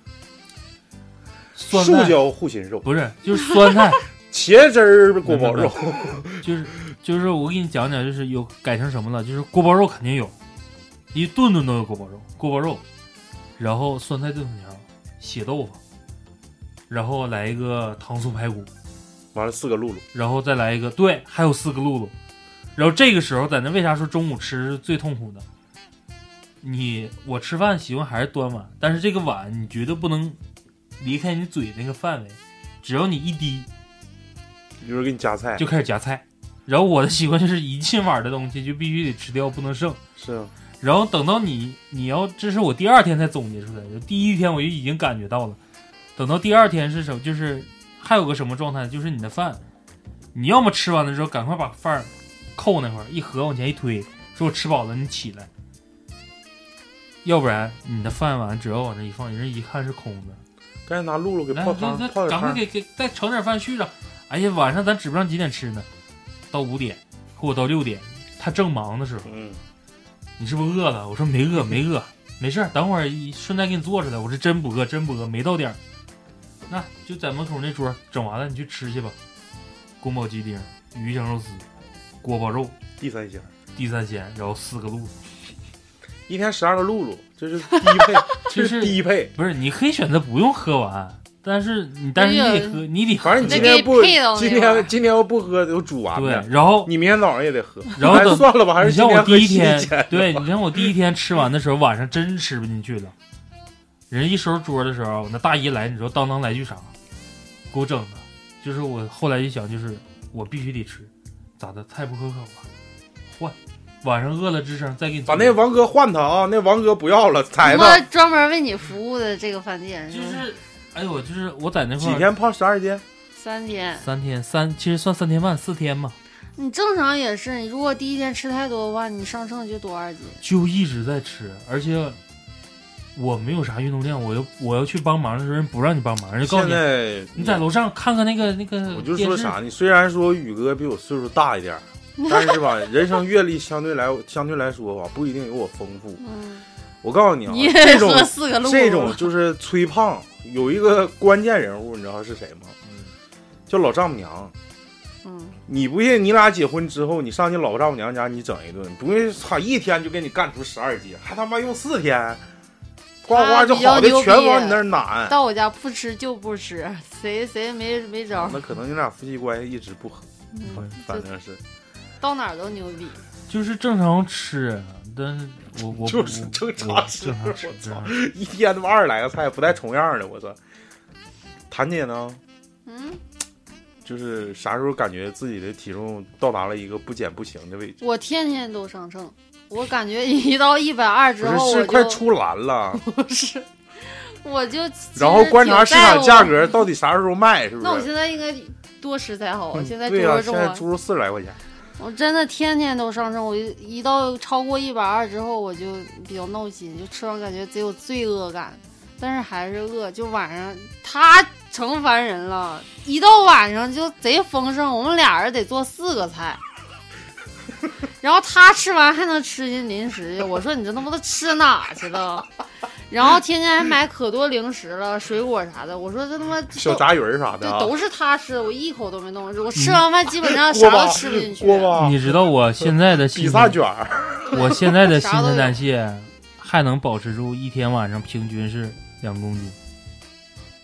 酸菜塑胶护心肉， 不是，就是酸菜茄汁儿锅包肉， 就是就是我给你讲讲，就是有改成什么了，就是锅包肉肯定有，一顿顿都有锅包肉，锅包肉，然后酸菜炖粉条，血豆腐，然后来一个糖醋排骨。 完了四个露露， 然后再来一个，对，还有四个露露。然后这个时候在那为啥说中午吃是最痛苦的？你我吃饭习惯还是端碗，但是这个碗你绝对不能离开你嘴那个范围，只要你一滴， 就是给你夹菜， 就开始夹菜。然后我的习惯就是一进碗的东西就必须得吃掉，不能剩。 是啊。 然后等到你你要，这是我第二天才总结出来的，第一天我就已经感觉到了。等到第二天是什么？就是。还有个什么状态，就是你的饭，你要么吃完的时候赶快把饭扣那会儿，一合往前一推，说我吃饱了，你起来。要不然你的饭碗只要往这一放，人一看是空的。 赶紧拿露露给泡汤， 来泡赶快给给再盛点饭续上。哎呀，晚上咱指不上几点吃呢，到五点或者到六点，他正忙的时候， 嗯， 你是不是饿了？我说没饿，没饿，没事，等会儿顺带给你做出来。我说真不饿，真不饿，没到点儿。那就在门口那桌整完了，你去吃去吧。宫保鸡丁、鱼香肉丝、锅包肉、 地三鲜、 地三鲜，然后四个露露， 一天十二个露露，这是低配，这是低配。 不是，你可以选择不用喝完，但是你但是你得喝，你得反正你今天不，今天今天要不喝就煮完对，然后你明天早上也得喝。 然后等算了吧，还是你像我第一天， 对， 你像我第一天吃完的时候，晚上真吃不进去了。人一收桌的时候，那大姨来，你说当当来句啥，给我整的，就是我后来一想，就是我必须得吃，咋的？菜不可口了，换，晚上饿了吱声再给你。 把那王哥换他啊，那王哥不要了，裁他。专门为你服务的这个饭店， 就是，哎呦，就是我在那块几天胖十二斤， 三天， 三天三，其实算三天半，四天嘛。 你正常也是，你如果第一天吃太多的话，你上秤就多二斤。 就一直在吃，而且。我没有啥运动量，我要我要去帮忙的时候，人不让你帮忙，人就告诉你，你在楼上看看那个那个。 我就说啥，你虽然说宇哥比我岁数大一点，但是吧，人生阅历相对来相对来说吧，不一定有我丰富。 嗯， 我告诉你啊， 你这种这种就是催胖，有一个关键人物，你知道是谁吗？嗯，叫老丈母娘。 嗯， 你不信，你俩结婚之后，你上你老丈母娘家，你整一顿，不会操一天就给你干出十二斤，还他妈用四天。呱呱就好的全往你那儿揽， 到我家不吃就不吃，谁谁没没招、 啊。那可能你俩夫妻关系一直不和， 嗯、 反正是到哪儿都牛逼， 就是正常吃，但是我我就是正常吃， 正常吃， 我操，一天他妈二十来个菜不带重样的，我操。谭姐呢？ 嗯， 就是啥时候感觉自己的体重到达了一个不减不行的位置？ 我天天都上秤。我感觉一到一百二之后， 我是快出栏了。 不是，我就然后观察市场价格到底啥时候卖，是不是？ 那我现在应该多吃才好。 嗯、 现在猪肉重、啊， 现在猪肉四十来块钱。 我真的天天都上秤，我一到超过一百二之后，我就比较闹心，就吃完感觉贼有罪恶感，但是还是饿。就晚上他成烦人了，一到晚上就贼丰盛，我们俩人得做四个菜。然后他吃完还能吃进零食去，我说你这他妈都吃哪去了？然后天天还买可多零食了，水果啥的。我说这他妈小炸鱼啥的、 啊，都是他吃的，我一口都没动。我吃完饭基本上啥都吃不进去。 你知道我现在的新比萨卷， 我现在的新陈代谢还能保持住一天晚上平均是两公斤。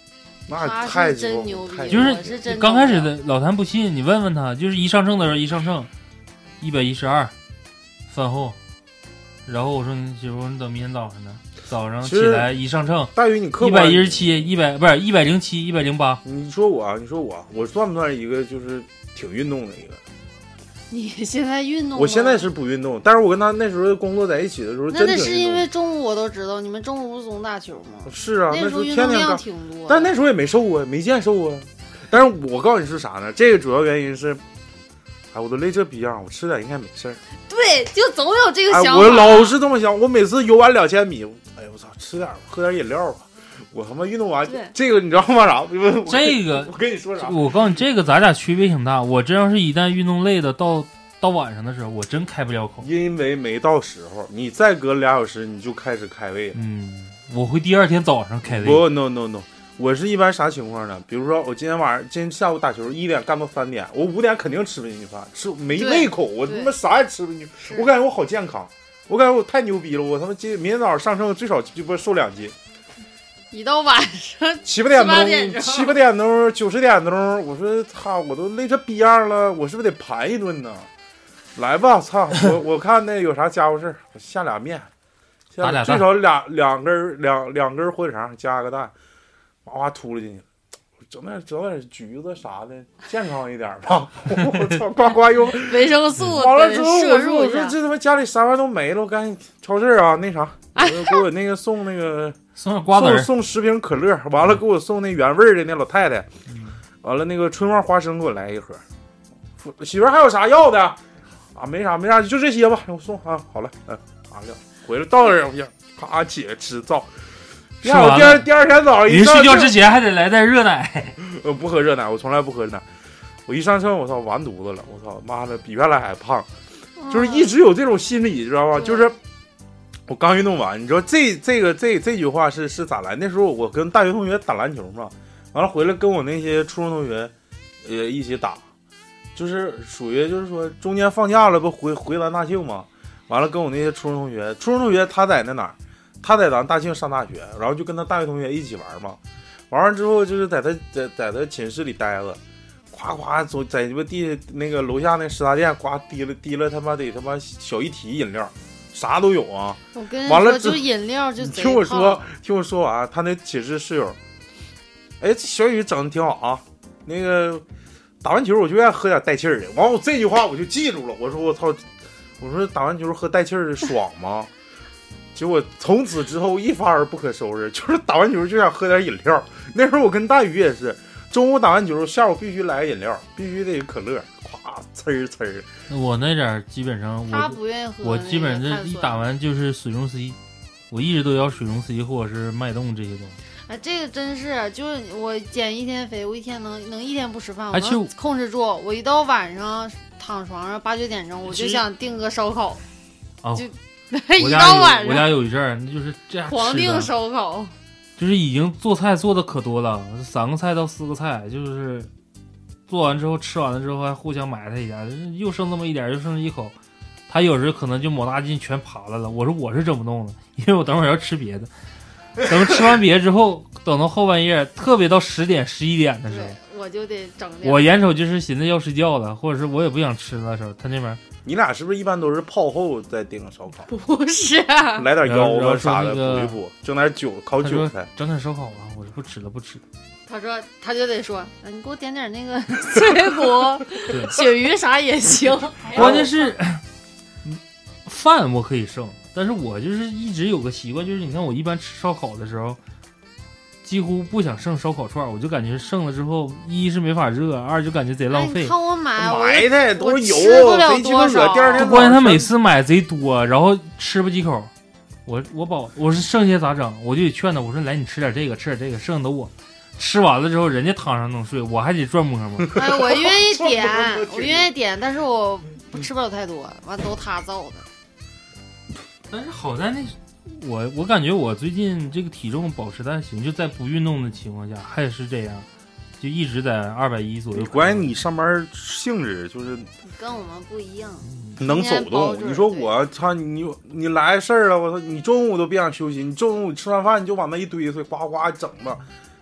那他太是真牛逼， 就是我是真刚开始弄不了的老谭不信，你问问他，就是一上秤的时候一上秤，一百一十二，饭后，然后我说你媳妇你等明天早上呢？早上起来一上秤， 大宇你客一百观一十七，一百不是一百零七，一百零八。 你说我啊，你说我，我算不算一个就是挺运动的一个？ 你现在运动吗？ 我现在是不运动，但是我跟他那时候工作在一起的时候， 那那是真挺运动因为中午我都知道，你们中午不是总打球吗？ 是啊， 那时候运动量天天干， 挺多的， 但那时候也没瘦啊，没见瘦啊。但是我告诉你是啥呢？这个主要原因是，哎，我都累这逼样，我吃点应该没事儿。 对，就总有这个哎， 想法。 我老是这么想，我每次游完两千米，哎呦我操，吃点喝点饮料吧。我他妈运动完这个你知道吗？啥？ 这个我跟你说啥？ 我告诉你，这个咱俩区别挺大。我这要是一旦运动累的到到晚上的时候，我真开不了口， 因为没到时候。你再隔俩小时，你就开始开胃了。 嗯，我会第二天早上开胃。 不 ，no no no， 我是一般啥情况呢？比如说我今天晚上、今天下午打球，一点干到三点，我五点肯定吃不进去饭，吃没胃口，我他妈啥也吃不进去。我感觉我好健康，我感觉我太牛逼了，我他妈今明天早上上秤最少就不瘦两斤。 一到晚上七八点钟，七八点钟，九十点钟，我说操，我都累这逼样了，我是不是得盘一顿呢？来吧，操，我我看那有啥家伙事，我下俩面，下俩最少俩两根两两根火腿肠加个蛋，哇哇秃了进去，整点整点橘子啥的，健康一点吧。我操，呱呱又维生素， 完了之后我说我说说这他妈家里啥玩意都没了，我赶紧超市啊那啥，给我那个送那个。 送瓜子送送十瓶可乐，完了给我送那原味的那老太太，完了那个春花花生给我来一盒。媳妇还有啥要的啊？没啥没啥，就这些吧，我送啊。好了，嗯，完了回来倒点儿，咔起来吃造。第二第二第二天早上一临睡觉之前还得来袋热奶。 呃，不喝热奶，我从来不喝热奶。我一上秤，我操，完犊子了！我操，妈的，比原来还胖，就是一直有这种心理，知道吧？就是。我刚运动完，你知道这这个这这句话是是咋来？那时候我跟大学同学打篮球嘛，完了回来跟我那些初中同学，呃一起打，就是属于就是说中间放假了不回回咱大庆嘛，完了跟我那些初中同学，初中同学他在那哪儿，他在咱大庆上大学，然后就跟他大学同学一起玩嘛，玩完之后就是在他在在他寝室里待着，夸夸走在那地那个楼下那食杂店，呱提了提了他妈得他妈小一提饮料。啥都有啊！ 我跟你完了就饮料就听我说，听我说完，他那寝室室友，哎，这小雨整的挺好啊。那个打完球我就愿意喝点带气儿的。完我这句话我就记住了。我说我操，我说打完球喝带气儿的爽吗？结果从此之后一发而不可收拾，就是打完球就想喝点饮料。那时候我跟大宇也是，中午打完球，下午必须来个饮料，必须得可乐，咵呲儿呲儿。 我那点基本上我他不愿意喝， 我基本上一打完就是水中 C， 我一直都要水中 C 或者是脉动这些东西。 哎，这个真是，就是我减一天肥，我一天能能一天不吃饭，我能控制住。我一到晚上躺床上八九点钟，我就想订个烧烤， 哦、 就一到晚上我家有一阵儿，那就是这样狂订烧烤， 就是已经做菜做的可多了，三个菜到四个菜，就是做完之后吃完了之后还互相埋汰一下，又剩这么一点，又剩一口。他有时可能就抹大劲全扒了了。我说我是整不动的，因为我等会儿要吃别的。等吃完别之后，等到后半夜，特别到十点十一点的时候， 我就得整。 我眼瞅就是寻思要睡觉了，或者是我也不想吃的时候，他那边。 你俩是不是一般都是泡后再订个烧烤？ 不是、啊， 来点腰子啥的补一补，整点酒烤韭菜， 整点烧烤啊！我说不吃了，不吃。 他说他就得说，你给我点点那个脆骨、鳕鱼啥也行。 关键是饭我可以剩，但是我就是一直有个习惯，就是你看我一般吃烧烤的时候，几乎不想剩烧烤串，我就感觉剩了之后，一是没法热，二就感觉贼浪费。 哎、你看我买， 埋汰都是油， 贼鸡巴恶。第二天关键他每次买贼多，然后吃不几口。我我饱，我是剩下咋整？我就得劝他，我说来你吃点这个，吃点这个，剩的我。吃完了之后，人家躺上能睡，我还得转摸摸。 哎，我愿意点，我愿意点，但是我不吃不了太多，完都他造的。 但是好在那，我我感觉我最近这个体重保持的还行，就在不运动的情况下还是这样，就一直在二百一左右。 关键你上班性质就是跟我们不一样， 能走动。你说我操你你来事儿了，我操你中午都别想休息，你中午吃完饭你就往那一堆，所以呱呱整吧。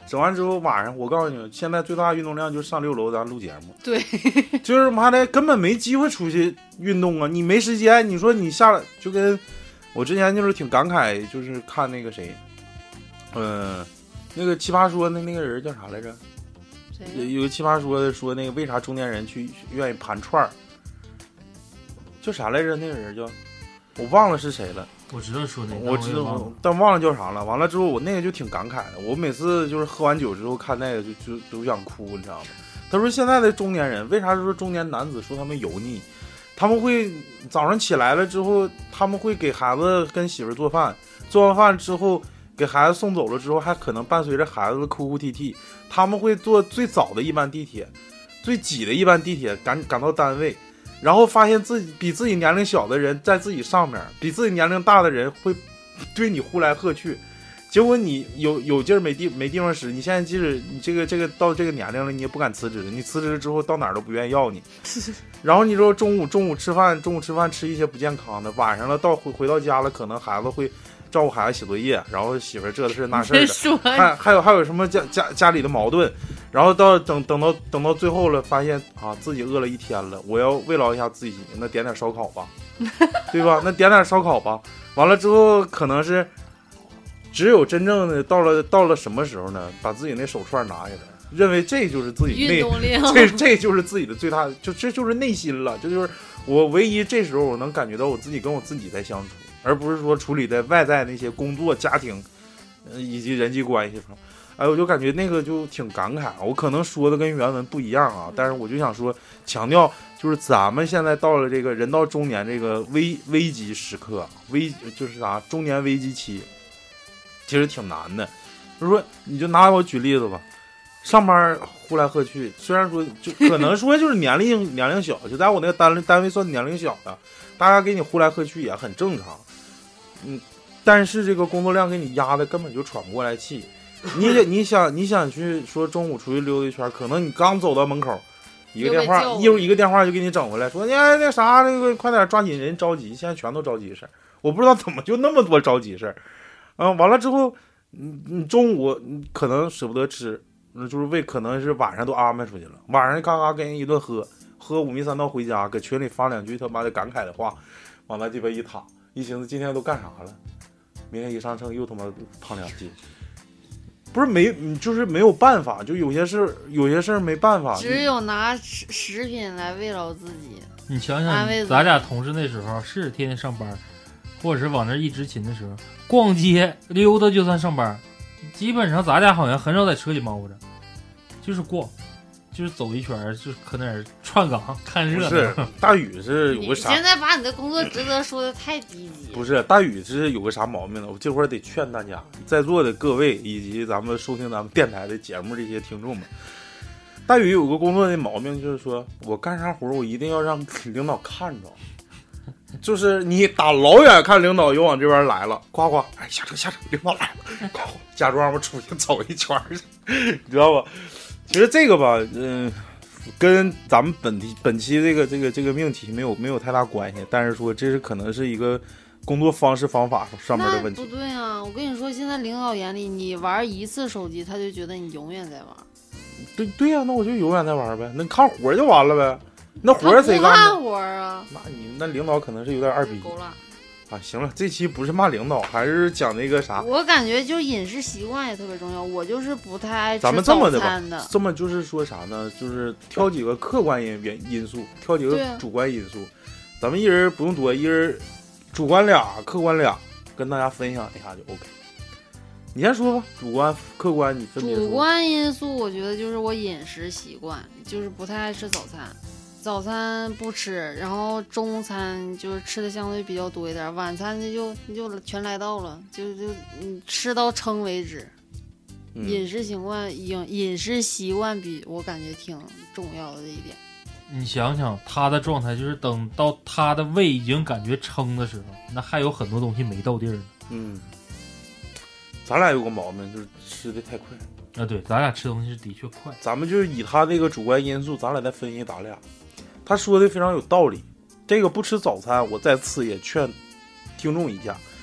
整完之后晚上，我告诉你，现在最大运动量就是上六楼咱录节目。 对， 就是妈的根本没机会出去运动啊！你没时间，你说你下来就跟我之前就是挺感慨，就是看那个谁，嗯、呃，那个奇葩说那那个人叫啥来着？有有个奇葩说的说那个为啥中年人去愿意盘串儿，叫啥来着？那个人叫我忘了是谁了。 我知道说那个， 我知道，但忘了叫啥了。完了之后，我那个就挺感慨的。我每次就是喝完酒之后看那个就，就就都想哭，你知道吗？他说现在的中年人，为啥说中年男子说他们油腻？他们会早上起来了之后，他们会给孩子跟媳妇做饭，做完饭之后给孩子送走了之后，还可能伴随着孩子的哭哭啼啼。他们会坐最早的一班地铁，最挤的一班地铁赶赶到单位。然后发现自己比自己年龄小的人在自己上面，比自己年龄大的人会对你呼来喝去，结果你有有劲儿没地没地方使。你现在即使你这个这个到这个年龄了，你也不敢辞职，你辞职之后到哪儿都不愿意要你。然后你说中午中午吃饭，中午吃饭吃一些不健康的，晚上了到回回到家了，可能孩子会照顾孩子写作业，然后媳妇儿这事那事的，还还有还有什么家家家里的矛盾。然后到等等到等到最后了，发现啊自己饿了一天了，我要慰劳一下自己，那点点烧烤吧，对吧？那点点烧烤吧。完了之后，可能是只有真正的到了到了什么时候呢？把自己那手串拿下来，认为这就是自己内，这这就是自己的最大，就这就是内心了。这就是我唯一这时候我能感觉到我自己跟我自己在相处，而不是说处理在外在那些工作、家庭，呃以及人际关系上。哎，我就感觉那个就挺感慨，我可能说的跟原文不一样啊，但是我就想说，强调就是咱们现在到了这个人到中年这个危危机时刻，危就是啥中年危机期，其实挺难的。就是说，你就拿我举例子吧，上班呼来喝去，虽然说就可能说就是年龄年龄小，就在我那个单单位算年龄小的，大家给你呼来喝去也很正常，嗯，但是这个工作量给你压的根本就喘不过来气。你你想你想去说中午出去溜达一圈，可能你刚走到门口，一个电话一一个电话就给你整回来，说哎那啥那个快点抓紧，人着急，现在全都着急事儿，我不知道怎么就那么多着急事儿，嗯，完了之后你你中午你可能舍不得吃，就是为可能是晚上都安排出去了，晚上嘎嘎跟人一顿喝，喝五迷三道回家，搁群里发两句他妈的感慨的话，往那地方一躺，一寻思今天都干啥了，明天一上秤又他妈胖两斤。不是没，就是没有办法，就有些事有些事儿没办法， 只有拿食食品来慰劳自己。 你想想，咱俩同事那时候是天天上班，或者是往那一执勤的时候，逛街溜达就算上班，基本上咱俩好像很少在车里猫着，就是逛，就是走一圈，就是搁那儿串岗看热闹。 不是大宇是有个啥？ 你现在把你的工作职责说的太低级。 不是大宇是有个啥毛病呢？我这会儿得劝大家，在座的各位以及咱们收听咱们电台的节目这些听众们，大宇有个工作的毛病，就是说我干啥活我一定要让领导看着，就是你打老远看领导又往这边来了，呱呱，哎下车下车，领导来了，呱呱，假装我出去走一圈，你知道吧？其实这个吧，嗯、呃，跟咱们本题本期这个这个这个命题没有没有太大关系，但是说这是可能是一个工作方式方法上面的问题。 不对啊，我跟你说，现在领导眼里你玩一次手机，他就觉得你永远在玩。 对对呀、啊，那我就永远在玩呗，那看活就完了呗，那活谁干的？ 看活啊？ 那你那领导可能是有点二逼。 够了。 啊，行了，这期不是骂领导，还是讲那个啥。 我感觉就饮食习惯也特别重要，我就是不太爱吃咱们这么的吧， 这么就是说啥呢？就是挑几个客观因原因素，挑几个主观因素，咱们一人不用多，一人主观俩，客观俩，跟大家分享一下就 OK。你先说吧，主观、客观你分别说。 主观因素，我觉得就是我饮食习惯，就是不太爱吃早餐。早餐不吃，然后中餐就是吃的相对比较多一点，晚餐就就全来到了，就就嗯吃到撑为止。嗯、饮食习惯饮饮食习惯比我感觉挺重要的一点。 你想想他的状态，就是等到他的胃已经感觉撑的时候，那还有很多东西没到地儿呢。 嗯，咱俩有个毛病，就是吃的太快。 啊，对，咱俩吃东西是的确快。 咱们就是以他这个主观因素，咱俩再分析咱俩。他说的非常有道理，这个不吃早餐，我再次也劝听众一下，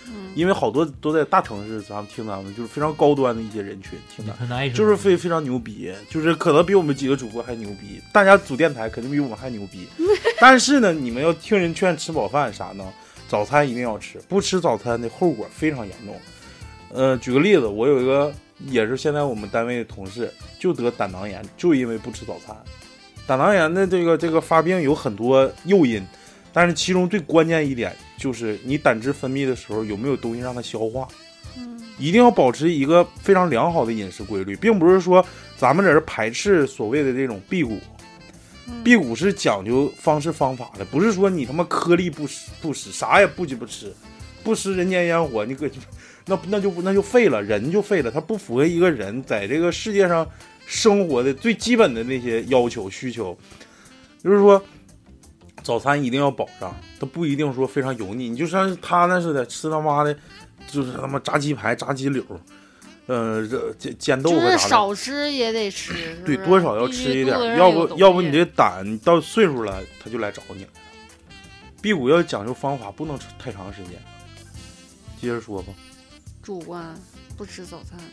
嗯， 因为好多都在大城市，咱们听咱们就是非常高端的一些人群听咱们， 你看那就是非非常牛逼，就是可能比我们几个主播还牛逼，大家组电台肯定比我们还牛逼。但是呢，你们要听人劝吃饱饭啥呢？早餐一定要吃，不吃早餐的后果非常严重。呃，举个例子，我有一个也是现在我们单位的同事，就得胆囊炎，就因为不吃早餐。胆囊炎的这个这个发病有很多诱因，但是其中最关键一点就是你胆汁分泌的时候有没有东西让它消化。 嗯， 一定要保持一个非常良好的饮食规律，并不是说咱们这是排斥所谓的这种辟谷。辟谷是讲究方式方法的，不是说你他妈颗粒不食不食，啥也不鸡不吃，不食人间烟火，你搁那那就那就废了，人就废了，它不符合一个人在这个世界上生活的最基本的那些要求需求。就是说早餐一定要保障，它不一定说非常油腻，你就像他那似的吃他妈的就是他妈炸鸡排炸鸡柳，呃煎煎豆腐啥的， 就是少吃也得吃，是不是对，多少要吃一点，要不要不你这胆到岁数了他就来找你了。辟谷要讲究方法，不能吃太长时间。接着说吧。 主观不吃早餐，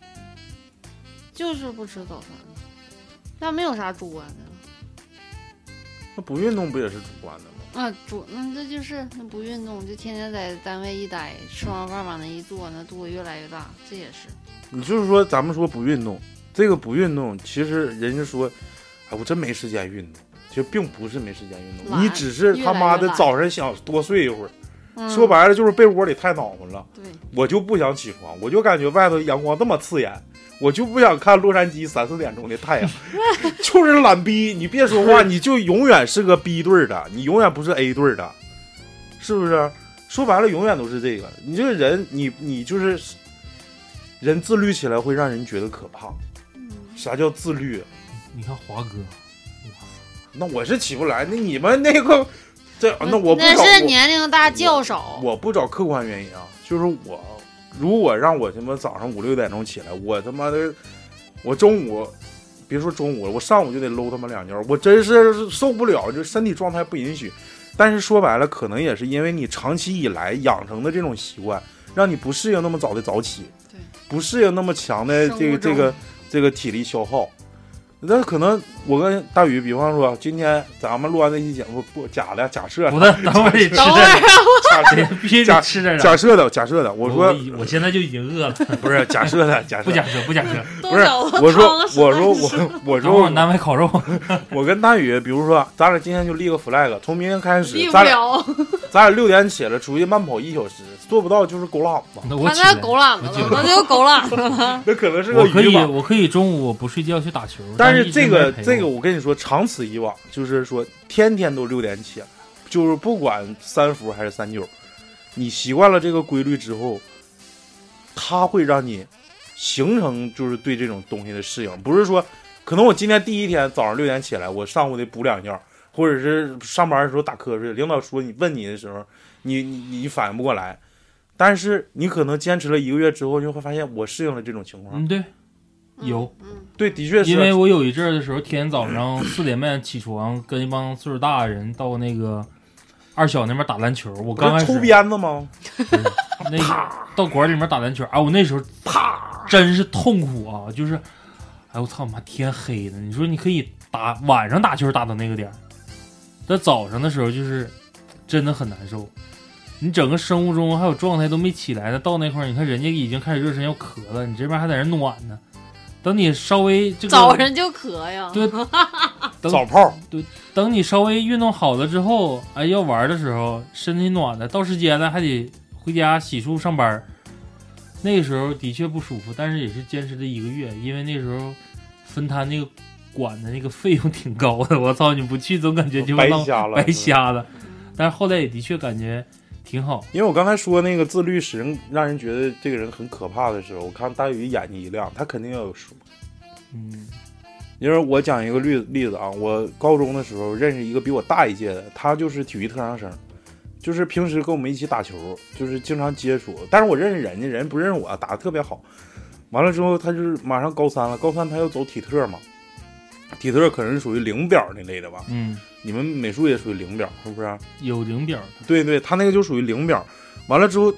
就是不吃早餐，那没有啥主观的。 那不运动不也是主观的吗？ 啊，主那这就是那不运动，就天天在单位一待，吃完饭往那一坐，那肚子越来越大，这也是。 你就是说咱们说不运动，这个不运动，其实人家说，哎，我真没时间运动，其实并不是没时间运动，你只是他妈的早上想多睡一会儿。 嗯、 说白了就是被窝里太暖和了， 对， 我就不想起床，我就感觉外头阳光这么刺眼，我就不想看洛杉矶三四点钟的太阳，就是懒逼。你别说话，你就永远是个 B 队的，你永远不是 A 队的，是不是？说白了，永远都是这个。你这个人，你你就是人自律起来会让人觉得可怕。 嗯、 啥叫自律？ 你看华哥， 那我是起不来，那你们那个。这那我不找那是年龄大较少我，我不找客观原因啊，就是我如果让我他妈早上五六点钟起来，我他妈的我中午别说中午了，我上午就得搂他妈两觉，我真是受不了，就身体状态不允许。但是说白了，可能也是因为你长期以来养成的这种习惯，让你不适应那么早的早起， 对， 不适应那么强的这个这个这个体力消耗。那可能我跟大宇，比方说今天咱们录完这期节目，不假的，假设， 不的，等会儿你吃等会儿， 必须得吃点。 假设的，假设的，我说， 我, 我现在就已经饿了。 不是假设的，假设不假设，不假设， 不是。我说，我说，我我说， 我南北烤肉。 我跟大宇，比如说，咱俩今天就立个 flag， 从明天开始， 立不咱俩了， 咱俩六点起来出去慢跑一小时，做不到就是狗懒子。 那我他那狗懒子了，那就狗懒子了。 那可能是个我可以， 渔网我可以中午不睡觉去打球。 但是这个。这个我跟你说，长此以往，就是说天天都六点起来，就是不管三伏还是三九，你习惯了这个规律之后，它会让你形成就是对这种东西的适应。不是说可能我今天第一天早上六点起来，我上午得补两觉，或者是上班的时候打瞌睡，领导说你问你的时候，你你你反应不过来，但是你可能坚持了一个月之后，就会发现我适应了这种情况。 嗯，对。有， 嗯， 对，的确是， 因为我有一阵儿的时候，天天早上四点半起床，跟一帮岁数大的人到那个二小那边打篮球。我刚开始抽鞭子吗？ 那个到馆里面打篮球，啊，我那时候啪，真是痛苦啊！就是，哎我操妈，天黑的，你说你可以打晚上打球打到那个点儿，但早上的时候就是真的很难受。你整个生物钟还有状态都没起来呢，到那块儿，你看人家已经开始热身要咳了，你这边还在那暖呢。等你稍微这个早上就渴呀， 对， 早泡， 对，等你稍微运动好了之后，哎，要玩的时候身体暖的，到时间了还得回家洗漱上班，那个时候的确不舒服，但是也是坚持了一个月，因为那时候分摊那个管的那个费用挺高的，我操，你不去总感觉就白瞎了， 白瞎了，但是后来也的确感觉挺好。 因为我刚才说那个自律使人让人觉得这个人很可怕的时候，我看大宇眼睛一亮，他肯定要有数。 嗯， 因为我讲一个例例子啊，我高中的时候认识一个比我大一届的，他就是体育特长生，就是平时跟我们一起打球，就是经常接触，但是我认识人家，人不认识我，打得特别好。完了之后，他就是马上高三了，高三他要走体特嘛，体特可能是属于零表那类的吧？ 嗯， 你们美术也属于零表，是不是？ 有零表， 对对，他那个就属于零表。完了之后，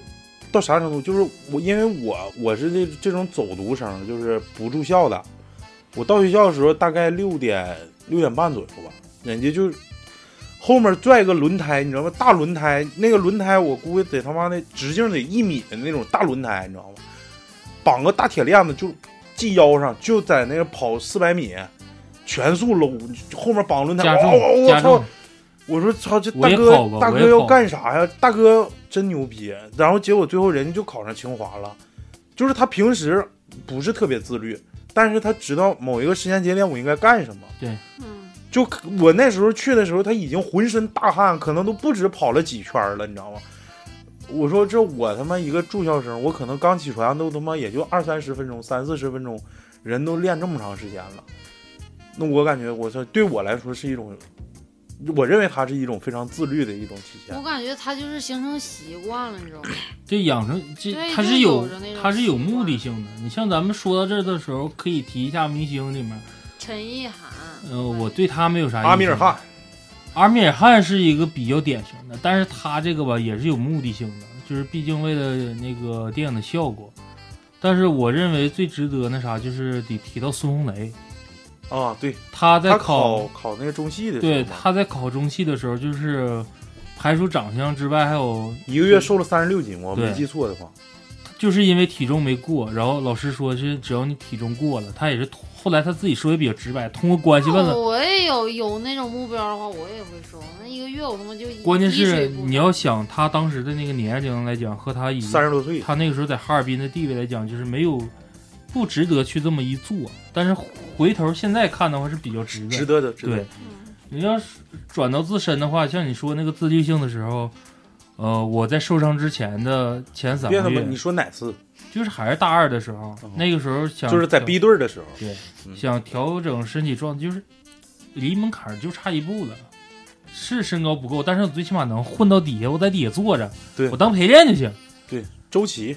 到啥程度？就是我因为我我是这这种走读生，就是不住校的。我到学校的时候大概六点六点半左右吧，人家就后面拽个轮胎，你知道吗？大轮胎，那个轮胎我估计得他妈的直径得一米的那种大轮胎，你知道吗？绑个大铁链子就系腰上，就在那个跑四百米。全速搂，后面绑轮胎，哇哇！我操！我说操，这大哥大哥要干啥呀？大哥真牛逼！然后结果最后人家就考上清华了，就是他平时不是特别自律，但是他知道某一个时间节点我应该干什么。 对， 嗯， 就我那时候去的时候，他已经浑身大汗，可能都不止跑了几圈了，你知道吗？我说这我他妈一个住校生，我可能刚起床都他妈也就二三十分钟、三四十分钟，人都练这么长时间了。那我感觉我说对我来说是一种，我认为它是一种非常自律的一种体现。 我感觉它就是形成习惯了，你知道吗？ 这养成这它是有它是有目的性的。你像咱们说到这儿的时候，可以提一下明星里面陈意涵。 呃，我对他没有啥印象。 阿米尔汗， 阿米尔汗是一个比较典型的，但是他这个吧也是有目的性的，就是毕竟为了那个电影的效果。但是我认为最值得那啥，就是得提到孙红雷。 啊，对， 他在考考那个中戏的时候， 对，他在考中戏的时候，就是排除长相之外，还有一个月瘦了三十六斤，我没记错的话， 就是因为体重没过，然后老师说是只要你体重过了，他也是后来他自己说也比较直白，通过关系问了。 我也有有那种目标的话，我也会瘦。那一个月我他妈就关键是你要想他当时的那个年龄来讲，和他以三十多岁， 他那个时候在哈尔滨的地位来讲，就是没有。不值得去这么一做，但是回头现在看的话是比较值得， 值得的。值得对，你要是转到自身的话，像你说那个自律性的时候，呃，我在受伤之前的前三个月， 你说哪次？ 就是还是大二的时候，嗯、那个时候想就是在 B 队的时候， 对，嗯、想调整身体状态，就是离门槛就差一步了。是身高不够，但是我最起码能混到底下，我在底下坐着， 对我当陪练就行。 对，周琦。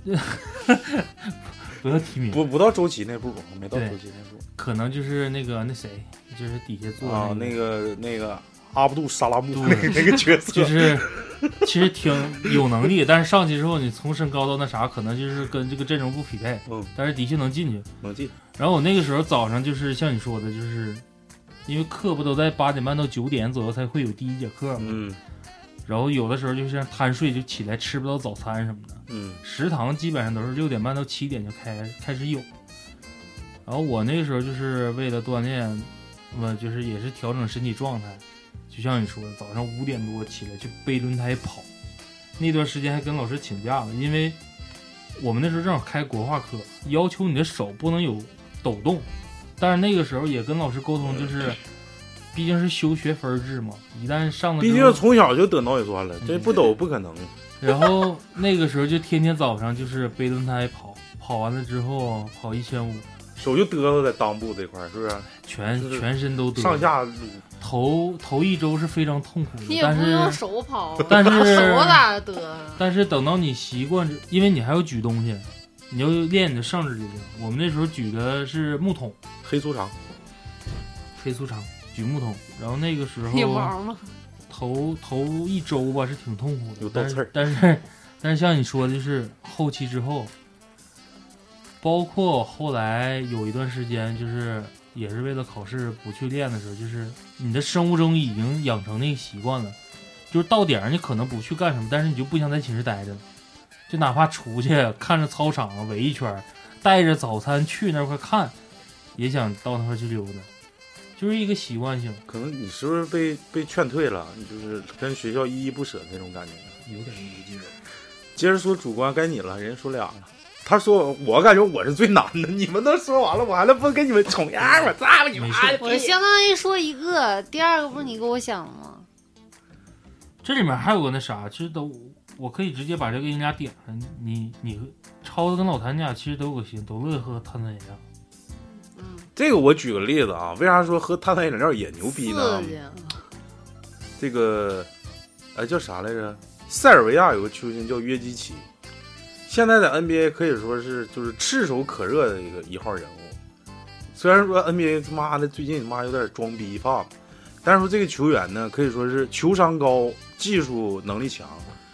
不要提名， 不不到周琦那步，没到周琦那步， 可能就是那个那谁，就是底下坐、那个、 啊，那个那个阿布杜沙拉木那个那个角色， 就是其实挺有能力，但是上去之后你从身高到那啥，可能就是跟这个阵容不匹配， 嗯， 但是的确能进去， 能进。 然后我那个时候早上就是像你说的，就是因为课不都在八点半到九点左右才会有第一节课嘛， 嗯。 然后有的时候就像贪睡，就起来吃不到早餐什么的。 嗯， 食堂基本上都是六点半到七点就开开始有。然后我那个时候就是为了锻炼，我就是也是调整身体状态，就像你说的，早上五点多起来去背轮胎跑。那段时间还跟老师请假了，因为我们那时候正好开国画课，要求你的手不能有抖动。但是那个时候也跟老师沟通，就是。毕竟是修学分制嘛，一旦上了， 毕竟从小就得脑血栓了，这不抖不可能。 然后那个时候就天天早上就是背轮胎跑，跑完了之后跑一千五， 手就嘚瑟在裆部这块，是不是？ 全、就是、全身都嘚瑟， 上下头头一周是非常痛苦的。 你也不用手跑， 但是手咋嘚瑟？ 但是等到你习惯，因为你还要举东西，你要练你的上肢力量。我们那时候举的是木桶， 黑粗长， 黑粗长。举木桶，然后那个时候有毛吗？ 头头一周吧是挺痛苦的， 有倒刺儿。 但是但是像你说的，就是后期之后，包括后来有一段时间，就是也是为了考试不去练的时候，就是你的生物钟已经养成那个习惯了，就是到点儿你可能不去干什么，但是你就不想在寝室待着，就哪怕出去看着操场围一圈，带着早餐去那块看，也想到那块去溜达。就是一个习惯性， 可能你是不是被被劝退了？你就是跟学校依依不舍那种感觉， 有点意思。 接着说主观该你了，人家说俩了。他说我感觉我是最难的，你们都说完了，我还能不跟你们重样？我咋吧你们？ 我相当于说一个，第二个不是你给我想的吗？ 这里面还有个那啥，其实都我可以直接把这个给你俩点上。你你超子跟老谭家其实都有个心，都乐意喝碳酸饮料。 这个我举个例子啊，为啥说喝碳酸饮料也牛逼呢？这个，哎叫啥来着？塞尔维亚有个球星叫约基奇，现在在 N B A 可以说是就是炙手可热的一个一号人物。虽然说 N B A 他妈的最近他妈有点装逼放，但是说这个球员呢，可以说是球商高，技术能力强。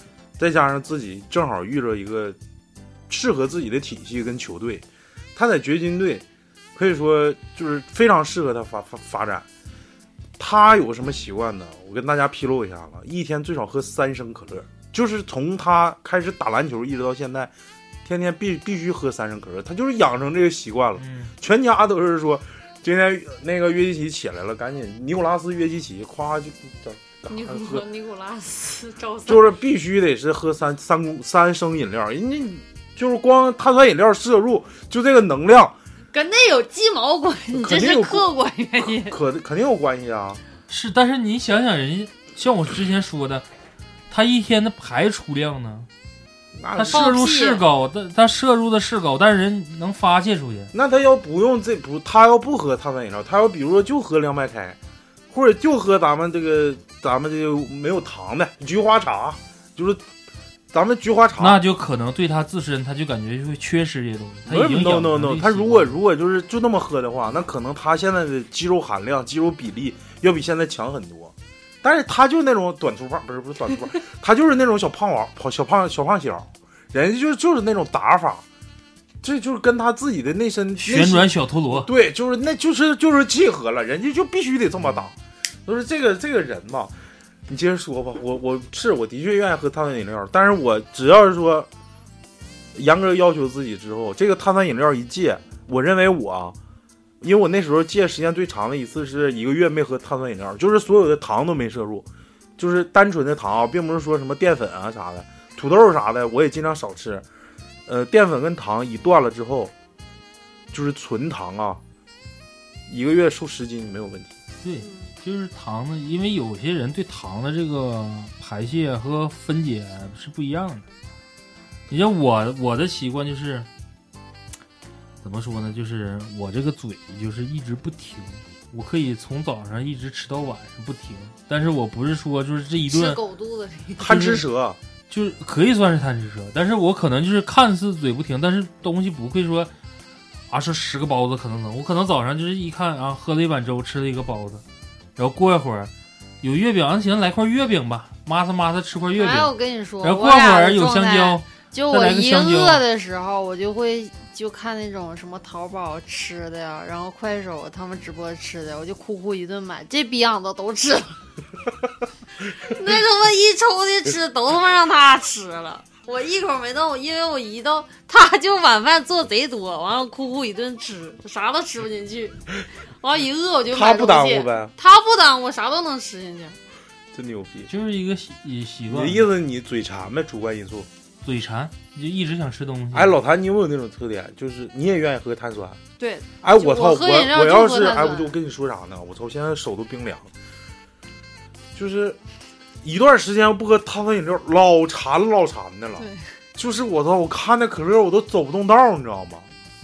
再加上自己正好遇着一个适合自己的体系跟球队，他在掘金队可以说就是非常适合他发发发展。他有什么习惯呢？我跟大家披露一下子，一天最少喝三升可乐，就是从他开始打篮球一直到现在，天天必必须喝三升可乐，他就是养成这个习惯了。 嗯、 全家都是说，今天那个约基奇起来了，赶紧尼古拉斯约基奇，夸就尼古尼古拉斯招三， 就是必须得是喝三三公三升饮料，人家就是光碳酸饮料摄入就这个能量。 跟那有鸡毛关系？你这是客观原因， 可肯定有关系啊。 是，但是你想想，人家像我之前说的，他一天的排出量呢，他摄入是高，但他摄入的是高，但是人能发泄出去。 那他要不用这不，他要不喝碳酸饮料，他要比如说就喝凉白开，或者就喝咱们这个咱们这个没有糖的菊花茶，就是咱们菊花茶， 那就可能对他自身，他就感觉就会缺失这些东西。他已经 no no no， 他如果如果就是就那么喝的话，那可能他现在的肌肉含量、肌肉比例要比现在强很多。但是他就那种短粗胖，不是不是短粗胖，他就是那种小胖娃、小胖小胖小，人家就就是那种打法，这就是跟他自己的内身旋转小陀螺， 对，就是那就是就是契合了，人家就必须得这么打。就是这个这个人吧。你接着说吧，我我是我的确愿意喝碳酸饮料，但是我只要是说严格要求自己之后，这个碳酸饮料一戒，我认为我，因为我那时候戒时间最长的一次是一个月没喝碳酸饮料，就是所有的糖都没摄入，就是单纯的糖啊，并不是说什么淀粉啊啥的，土豆啥的我也尽量少吃，呃，淀粉跟糖一断了之后，就是纯糖啊，一个月瘦十斤没有问题。 对。就是糖呢，因为有些人对糖的这个排泄和分解是不一样的。你像我，我的习惯就是怎么说呢？就是我这个嘴就是一直不停，我可以从早上一直吃到晚上不停。但是我不是说就是这一顿吃狗肚子， 贪吃蛇， 就是可以算是贪吃蛇。但是我可能就是看似嘴不停，但是东西不会说啊，说十个包子可能能，我可能早上就是一看啊，喝了一碗粥，吃了一个包子。然后过一会儿有月饼，行，来块月饼吧，妈他妈的吃块月饼。 哎，我跟你说， 然后过会儿有香蕉， 就我一饿的时候，我就会就看那种什么淘宝吃的呀，然后快手他们直播吃的，我就哭哭一顿买，这逼样子都吃了。那他妈一抽的吃都他妈让他吃了，我一口没动，因为我一到他就晚饭做贼多，完了哭哭一顿吃，啥都吃不进去。完一饿我就买东西， 他不耽误呗， 他不耽误，啥都能吃进去， 真牛逼， 就是一个习习惯。 你的意思你嘴馋呗，主观因素。 嘴馋，你就一直想吃东西。 哎，老谭，你有没有那种特点，就是你也愿意喝碳酸？ 对。 哎，我操，我我要是哎， 我就跟你说啥呢？我操，现在手都冰凉。就是一段时间不喝碳酸饮料，老馋老馋的了。 对。 就是我操，我看那可乐我都走不动道，你知道吗？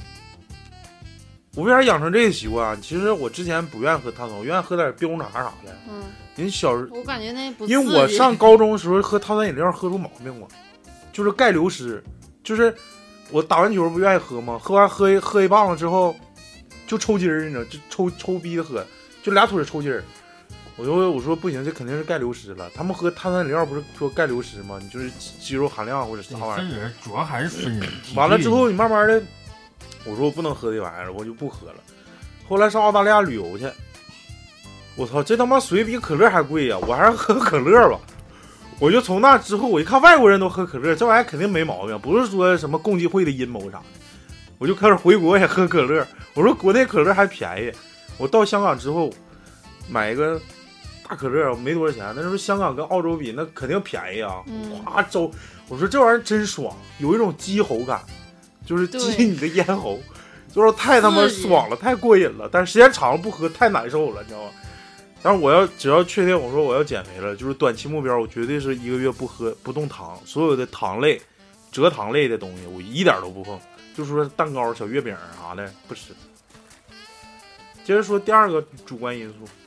我为啥养成这个习惯？其实我之前不愿意喝碳酸，我愿意喝点冰红茶啥的。 嗯， 人小时我感觉那不， 因为我上高中的时候喝碳酸饮料喝出毛病过，就是钙流失。就是我打完球不愿意喝吗？喝完喝一喝一棒子之后，就抽筋儿，你知道，就抽抽逼的喝，就俩腿抽筋儿。我就我说不行，这肯定是钙流失了。他们喝碳酸饮料不是说钙流失吗？你就是肌肉含量或者啥玩意儿。 分人，主要还是分人。 完了之后，你慢慢的。我说我不能喝这玩意儿，我就不喝了。后来上澳大利亚旅游去，我操，这他妈水比可乐还贵呀！我还是喝可乐吧。我就从那之后，我一看外国人都喝可乐，这玩意儿肯定没毛病，不是说什么共济会的阴谋啥的。我就开始回国也喝可乐。我说国内可乐还便宜，我到香港之后买一个大可乐没多少钱，那时候香港跟澳洲比那肯定便宜啊。哗周，我说这玩意儿真爽，有一种鸡喉感。就是激你的咽喉，就是太他妈爽了，太过瘾了。但是时间长了不喝太难受了，你知道吗？但是我要只要确定我说我要减肥了，就是短期目标，我绝对是一个月不喝不动糖，所有的糖类、蔗糖类的东西我一点都不碰，就是说蛋糕、小月饼啥的不吃。接着说第二个主观因素，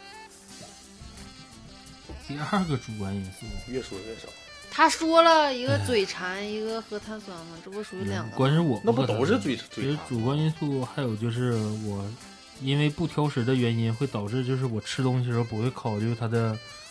第二个主观因素越说越少。 他说了一个嘴馋，哎、一个喝碳酸嘛，这不属于两个。 关键是我那不都是嘴嘴馋？ 主观因素还有就是我因为不挑食的原因，会导致就是我吃东西的时候不会考虑它的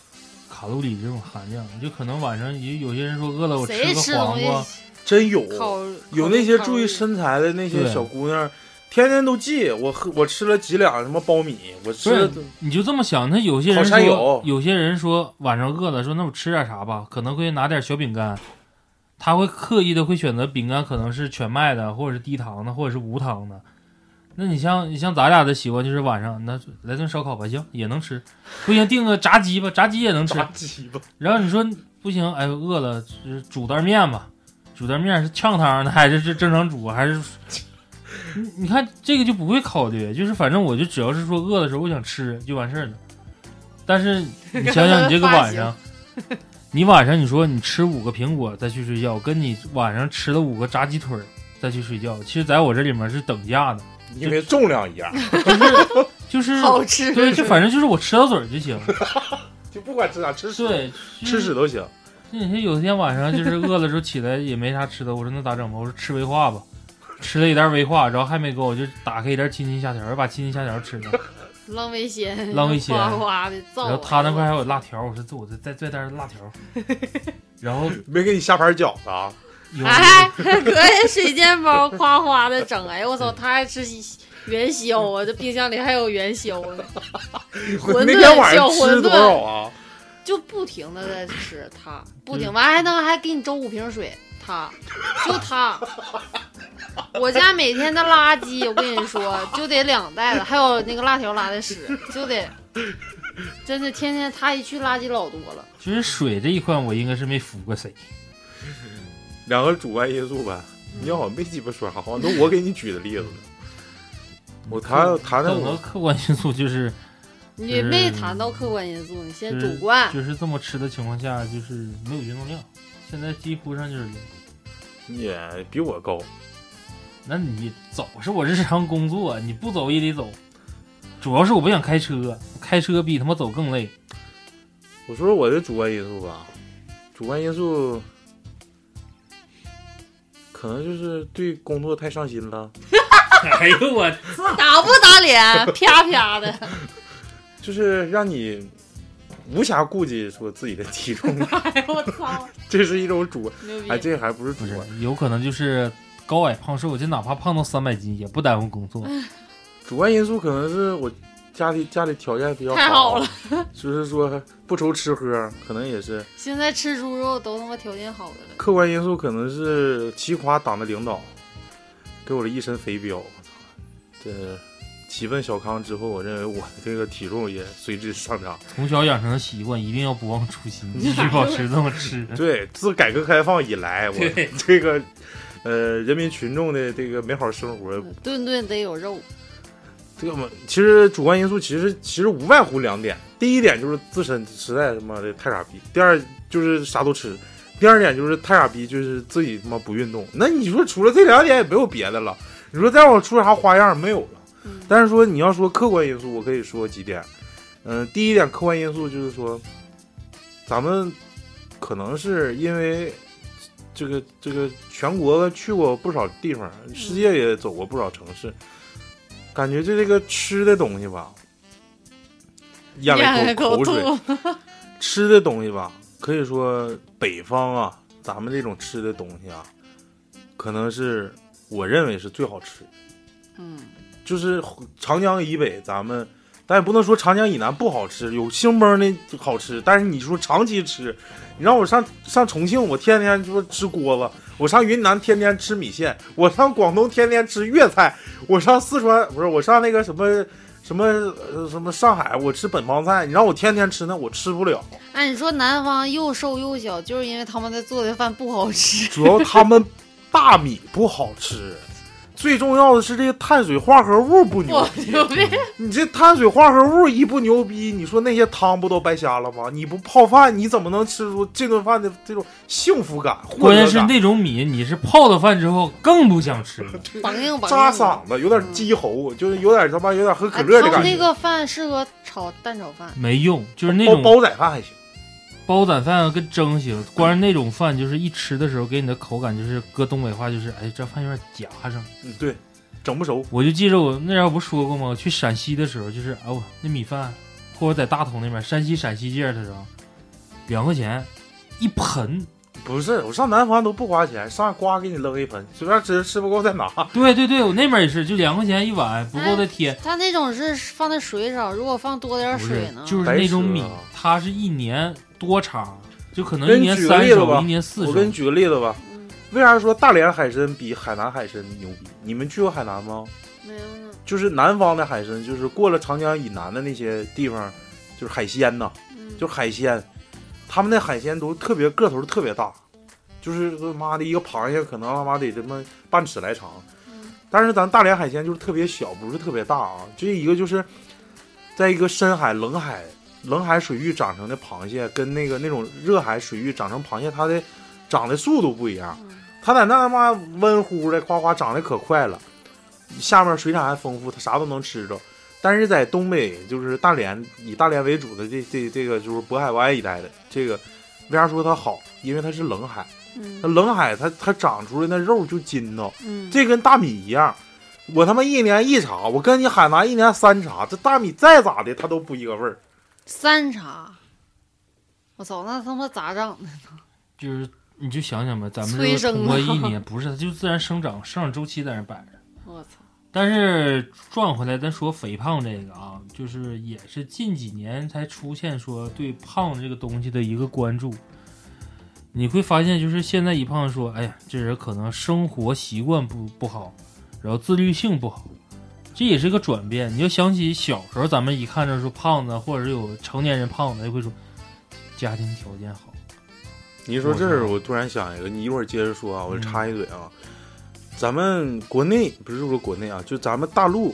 卡路里这种含量，就可能晚上有有些人说饿了，我吃谁个吃东黄瓜， 西真有烤有那些注意身材的那些对小姑娘，天天都记我喝我吃了几两什么苞米，我吃了不是你就这么想，他有些人烤山说友， 有些人说晚上饿了，说那我吃点啥吧，可能会拿点小饼干，他会刻意的会选择饼干，可能是全麦的，或者是低糖的，或者是无糖的。那你像你像咱俩的习惯，就是晚上那来顿烧烤吧，行也能吃，不行订个炸鸡吧，炸鸡也能吃。 炸鸡吧。 然后你说不行，哎饿了，就是煮袋面吧，煮袋面是呛汤的还是是正常煮，还是你你看这个就不会考虑，就是反正我就只要是说饿的时候我想吃就完事儿了。但是你想想你这个晚上，你晚上你说你吃五个苹果再去睡觉，跟你晚上吃了五个炸鸡腿再去睡觉，其实在我这里面是等价的。 因为重量一样， 就是就是好吃， 对，就反正就是我吃到嘴儿就行， 就不管吃啥吃屎， 对， 吃屎都行。 你说有一天晚上就是饿了之后起来也没啥吃的，我说那咋整吧？我说吃威化吧，吃了一袋威化，然后还没够，我就打开一袋亲亲虾条，把亲亲虾条吃了， 浪味仙， 浪味仙哗哗的造。 然后他那块还有辣条，我说这我再再再袋辣条，然后没给你下盘饺子啊？ 哎，可以水煎包夸夸的整，哎我操，他还吃元宵啊，这冰箱里还有元宵呢，馄那天饨晚小馄上吃多少饨， 啊？ 就不停的在吃，他不停完还能还给你周五瓶水，他就他。我家每天的垃圾，我跟你说，就得两袋子，还有那个辣条拉的屎，就得，真的天天他一去垃圾老多了。 其实水这一块我应该是没服过谁。 两个主观因素呗，你好像没鸡巴说啥，好像都我给你举的例子。我谈谈的整个客观因素就是你没谈到客观因素，你先主观。 就是这么吃的情况下，就是没有运动量，现在几乎上就是零。 也比我高。 那你走是我日常工作，你不走也得走。主要是我不想开车，开车比他妈走更累。 我说我的主观因素吧，主观因素可能就是对工作太上心了。 哎呦我， 打不打脸？啪啪的， 就是让你无暇顾及说自己的体重。 哎我操， 这是一种主， 牛逼！ 哎，这还不是主不是观， 有可能就是高矮胖瘦，就哪怕胖到三百斤也不耽误工作。 主观因素可能是我家里家里条件比较太好了， 就是说不愁吃喝，可能也是。 现在吃猪肉都他妈条件好的了。 客观因素可能是齐夸党的领导给我了一身肥膘，我操！这几份小康之后，我认为我的这个体重也随之上涨。 从小养成的习惯，一定要不忘初心，继续保持这么吃。 对，自改革开放以来，我这个呃人民群众的这个美好生活， 顿顿得有肉。 这个嘛，其实主观因素其实其实无外乎两点。第一点就是自身实在他妈的太傻逼，第二就是啥都吃，第二点就是太傻逼，就是自己他妈不运动。那你说除了这两点也没有别的了。你说再往出啥花样没有了。 嗯、 但是说你要说客观因素，我可以说几点。嗯、呃，第一点客观因素就是说，咱们可能是因为这个这个全国去过不少地方，世界也走过不少城市。感觉这这个吃的东西吧，咽了一口口水。吃的东西吧，可以说北方啊，咱们这种吃的东西啊，可能是我认为是最好吃。 嗯， 就是长江以北，咱们但也不能说长江以南不好吃，有兴崩的好吃。但是你说长期吃，你让我上上重庆，我天天就吃锅子。我上云南天天吃米线，我上广东天天吃粤菜，我上四川不是我上那个什么什么呃什么上海，我吃本帮菜，你让我天天吃那我吃不了。 哎，你说南方又瘦又小，就是因为他们在做的饭不好吃， 主要他们大米不好吃，最重要的是这个碳水化合物不牛逼。 牛逼！ 你这碳水化合物一不牛逼，你说那些汤不都白瞎了吗？你不泡饭，你怎么能吃出这顿饭的这种幸福感？ 关键是那种米，你是泡了饭之后更不想吃， 绑硬绑硬， 扎嗓子，有点鸡喉，就是有点他妈有点喝可乐的感觉。 那个饭适合炒蛋炒饭， 没用，就是那种煲仔饭还行。 煲仔饭跟蒸行，关键那种饭就是一吃的时候给你的口感就是搁东北话就是，哎，这饭有点夹上。 嗯，对，整不熟。 我就记着我那时候不说过吗？我去陕西的时候，就是哦，那米饭，或者在大同那边，山西陕西界的时候， 两块钱一盆。 不是，我上南方都不花钱，上呱给你扔一盆，随便吃，吃不够再拿。 对对对，我那边也是，就两块钱一碗，不够再贴。 它那种是放在水少，如果放多点水呢？ 就是那种米，它是一年多茬，就可能一年三手，一年四手。 我给你举个例子吧， 嗯、 为啥说大连海参比海南海参牛逼？你们去过海南吗？ 没有呢。 就是南方的海参，就是过了长江以南的那些地方，就是海鲜呐， 嗯、 就是海鲜。他们那海鲜都特别个头特别大，就是他妈的一个螃蟹可能他妈得这么半尺来长， 嗯、 但是咱大连海鲜就是特别小，不是特别大啊。这一个就是在一个深海、冷海、冷海水域长成的螃蟹，跟那个那种热海水域长成螃蟹，它的长的速度不一样。 嗯、 它在那他妈温乎的，夸夸长得可快了，下面水产还丰富，它啥都能吃着。但是在东北，就是大连以大连为主的这这这个就是渤海湾一带的这个，为啥说它好？因为它是冷海， 嗯， 它冷海它它长出来那肉就筋道， 嗯， 这跟大米一样。我他妈一年一茬，我跟你海南一年三茬，这大米再咋的它都不一个味儿。 三茬，我操，那他妈咋长的呢？ 就是你就想想吧，咱们这个通过一年不是，它就自然生长，生长周期在那摆着。 我操！ 但是转回来，咱说肥胖这个啊，就是也是近几年才出现说对胖这个东西的一个关注。你会发现，就是现在一胖说，哎呀，这人可能生活习惯不不好，然后自律性不好，这也是个转变。你要想起小时候，咱们一看着说胖子，或者是有成年人胖子，就会说家庭条件好。 你一说这儿，我突然想一个，你一会儿接着说啊，我就插一嘴啊。嗯，咱们国内不是说国内啊，就咱们大陆，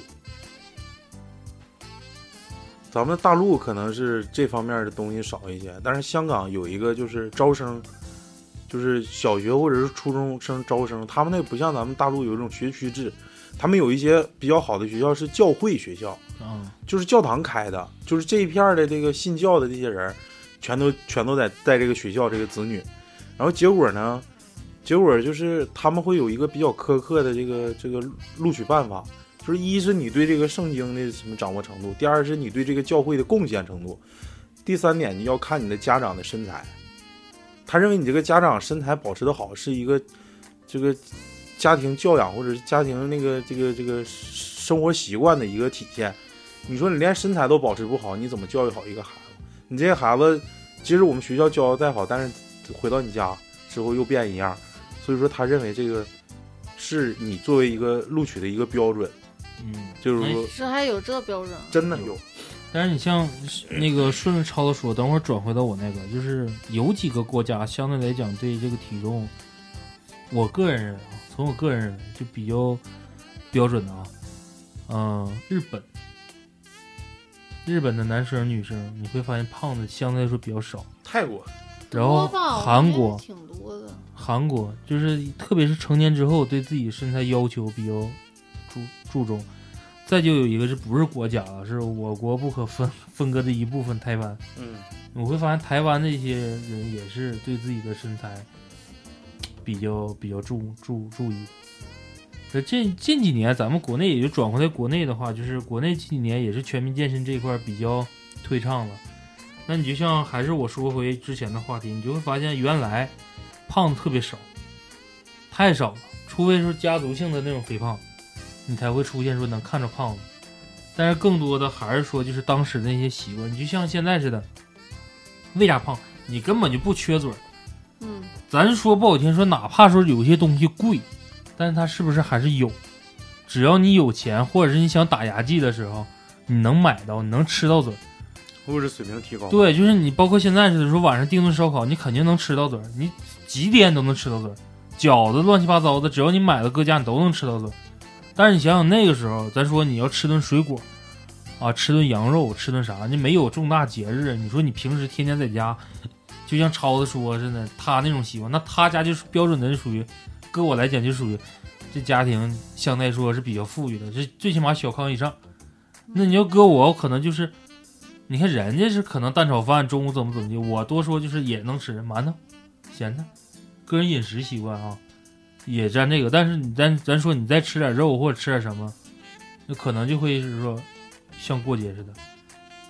咱们大陆可能是这方面的东西少一些，但是香港有一个就是招生，就是小学或者是初中生招生，他们那不像咱们大陆有一种学区制，他们有一些比较好的学校是教会学校， 嗯， 就是教堂开的，就是这一片的这个信教的这些人，全都全都在在这个学校这个子女，然后结果呢？结果就是他们会有一个比较苛刻的这个这个录取办法，就是一是你对这个圣经的什么掌握程度，第二是你对这个教会的贡献程度，第三点你要看你的家长的身材。他认为你这个家长身材保持的好是一个这个家庭教养或者是家庭那个这个这个生活习惯的一个体现。你说你连身材都保持不好，你怎么教育好一个孩子？你这个孩子即使我们学校教的再好，但是回到你家之后又变一样。所以说他认为这个是你作为一个录取的一个标准， 嗯， 就是说是还有这标准， 真的有。 但是你像那个顺着超子说，等会儿转回到我那个，就是有几个国家相对来讲对这个体重，我个人认为啊，从我个人认为就比较标准的啊，嗯、呃，日本，日本的男生女生你会发现胖子相对来说比较少， 泰国。 然后韩国挺多的， 韩国就是特别是成年之后对自己身材要求比较注注重，再就有一个是不是国家了，是我国不可分分割的一部分台湾。 嗯， 我会发现台湾的一些人也是对自己的身材比较比较注注注意。这近近几年咱们国内也就转回来国内的话，就是国内近几年也是全民健身这一块比较推倡了。那你就像还是我说回之前的话题，你就会发现原来胖子特别少，太少了，除非说家族性的那种肥胖，你才会出现说能看着胖子。但是更多的还是说就是当时的那些习惯，你就像现在似的，为啥胖？你根本就不缺嘴儿。 嗯， 咱说不好听说，哪怕说有些东西贵，但是它是不是还是有？只要你有钱，或者是你想打牙祭的时候，你能买到，你能吃到嘴儿。 物质水平提高， 对，就是你包括现在似的说晚上订顿烧烤，你肯定能吃到嘴儿，你几点都能吃到嘴儿，饺子乱七八糟的，只要你买了搁家，你都能吃到嘴儿。但是你想想那个时候，咱说你要吃顿水果，啊，吃顿羊肉，吃顿啥，你没有重大节日，你说你平时天天在家，就像超子说似的，他那种习惯，那他家就是标准的属于，搁我来讲就属于这家庭相对来说是比较富裕的，这最起码小康以上。那你要搁我，我可能就是。你看人家是可能蛋炒饭中午怎么怎么地，我多说就是也能吃馒头、咸菜，个人饮食习惯啊，也沾这个。但是你咱咱说你再吃点肉或者吃点什么，那可能就会是说像过节似的，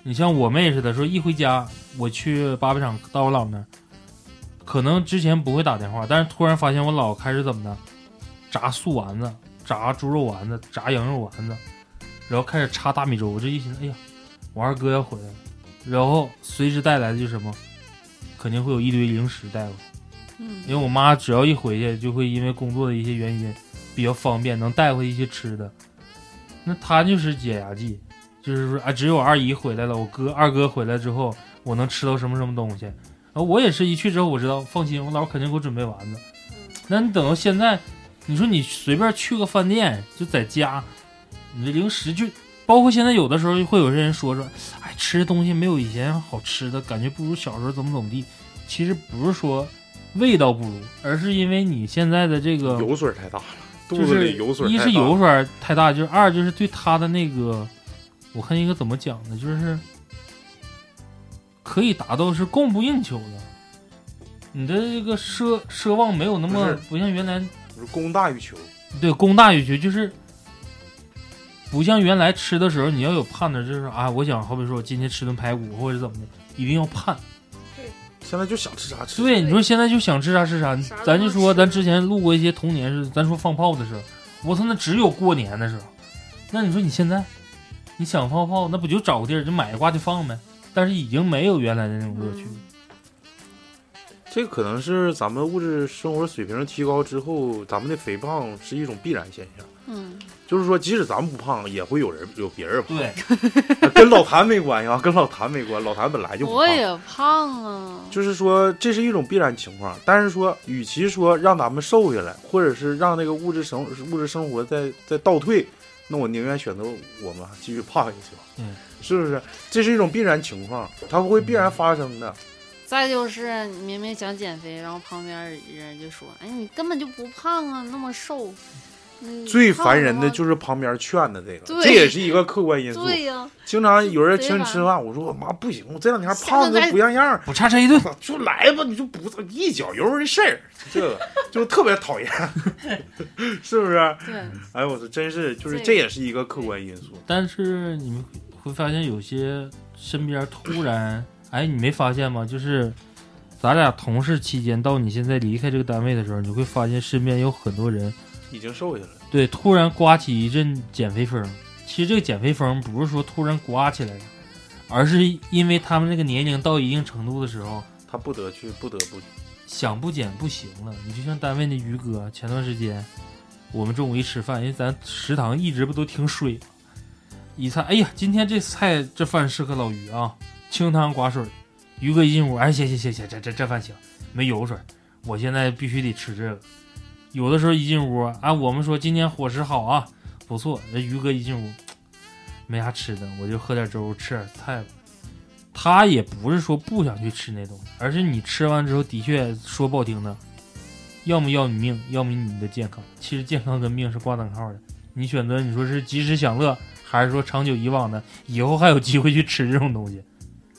你像我妹似的，说一回家我去八百场到我姥那儿，可能之前不会打电话，但是突然发现我姥开始怎么的，炸素丸子、炸猪肉丸子、炸羊肉丸子，然后开始插大米粥。我这一寻思，哎呀，我二哥要回来了，然后随之带来的就是什么，肯定会有一堆零食带回来。 嗯， 因为我妈只要一回去，就会因为工作的一些原因比较方便，能带回一些吃的。那她就是解压剂，就是说啊，只有二姨回来了，我哥二哥回来之后，我能吃到什么什么东西。啊，我也是一去之后，我知道，放心，我姥肯定给我准备丸子。那你等到现在，你说你随便去个饭店，就在家，你这零食就包括现在有的时候会有些人说说，哎，吃的东西没有以前好吃的，感觉不如小时候怎么怎么地。其实不是说味道不如，而是因为你现在的这个油水太大了，肚子就是里油水太大。 一是油水太大，就是二就是对它的那个，我看一个怎么讲呢，就是可以达到是供不应求的。你的这个奢奢望没有那么不不像原来， 就是供大于求。 对，供大于求，就是不像原来吃的时候你要有盼的，就是啊，我想好比说我今天吃顿排骨或者怎么的，一定要盼。 现在就想吃啥吃啥。 对，你说现在就想吃啥吃啥， 啥咱就说都吃咱之前录过一些童年是，咱说放炮的时候，我操，那只有过年的时候。那你说你现在你想放炮，那不就找个地儿就买一挂就放呗？但是已经没有原来的那种乐趣。 嗯这个可能是咱们物质生活水平提高之后，咱们的肥胖是一种必然现象。 嗯， 就是说，即使咱们不胖，也会有人有别人胖。 对， 跟老谭没关系啊，跟老谭没关，老谭本来就不胖。 我也胖啊。 就是说，这是一种必然情况。但是说，与其说让咱们瘦下来，或者是让那个物质生物质生活再再倒退，那我宁愿选择我们继续胖下去。 嗯， 是不是？这是一种必然情况，它会必然发生的。 再就是你明明想减肥，然后旁边人就说：“哎，你根本就不胖啊，那么瘦。” 最烦人的就是旁边劝的这个， 对这也是一个客观因素。 对呀、啊， 经常有人请你吃饭，我说我妈不行，我这两天胖的不像样， 不差这一顿， 就来吧，你就不一脚油的事儿，这个就特别讨厌，是不是？ 对， 哎呦我说真是，就是这也是一个客观因素。 但是你们会发现有些身边突然，哎，你没发现吗？就是咱俩同事期间到你现在离开这个单位的时候，你会发现身边有很多人已经瘦下来了。 对，突然刮起一阵减肥风。其实这个减肥风不是说突然刮起来的，而是因为他们这个年龄到一定程度的时候， 他不得去，不得不想不减不行了。你就像单位的于哥，前段时间我们中午一吃饭，因为咱食堂一直不都挺水吗？一菜，哎呀，今天这菜这饭适合老于啊，清汤寡水。于哥一进屋，哎，行行行行，这这这饭行，没油水，我现在必须得吃这个。有的时候一进屋啊，我们说今天伙食好啊，不错。那于哥一进屋，没啥吃的，我就喝点粥，吃点菜吧。他也不是说不想去吃那东西，而是你吃完之后，的确说不好听的，要么要你命，要么你的健康。其实健康跟命是挂等号的。你选择你说是及时享乐，还是说长久以往的，以后还有机会去吃这种东西。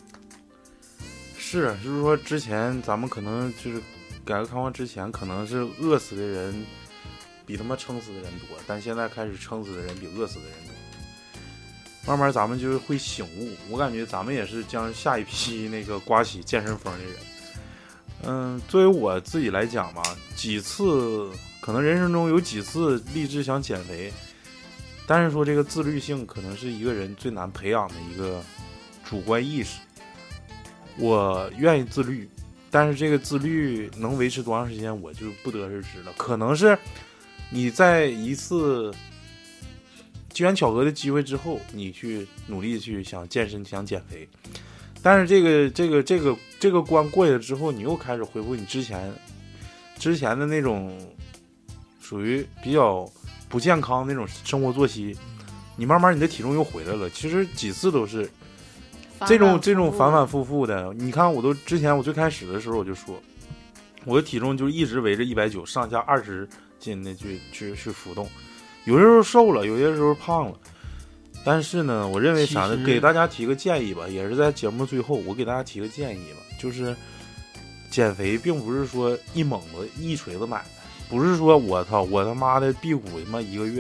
是，就是说之前咱们可能就是改革开放之前，可能是饿死的人比他妈撑死的人多，但现在开始撑死的人比饿死的人多。慢慢咱们就会醒悟，我感觉咱们也是将下一批那个刮起健身风的人。嗯，作为我自己来讲嘛，几次可能人生中有几次立志想减肥，但是说这个自律性可能是一个人最难培养的一个主观意识。我愿意自律，但是这个自律能维持多长时间，我就不得而知了。可能是你在一次机缘巧合的机会之后，你去努力去想健身、想减肥，但是这个这个这个这个关过去了之后，你又开始回复你之前之前的那种属于比较不健康那种生活作息，你慢慢你的体重又回来了。其实几次都是这种这种反反复复的。你看我都之前我最开始的时候我就说，我的体重就一直围着一百九上下二十斤的去去去浮动，有些时候瘦了，有些时候胖了。但是呢，我认为啥呢？给大家提个建议吧，也是在节目最后，我给大家提个建议吧，就是减肥并不是说一猛子一锤子买的，不是说我操我他妈的辟谷他妈一个月，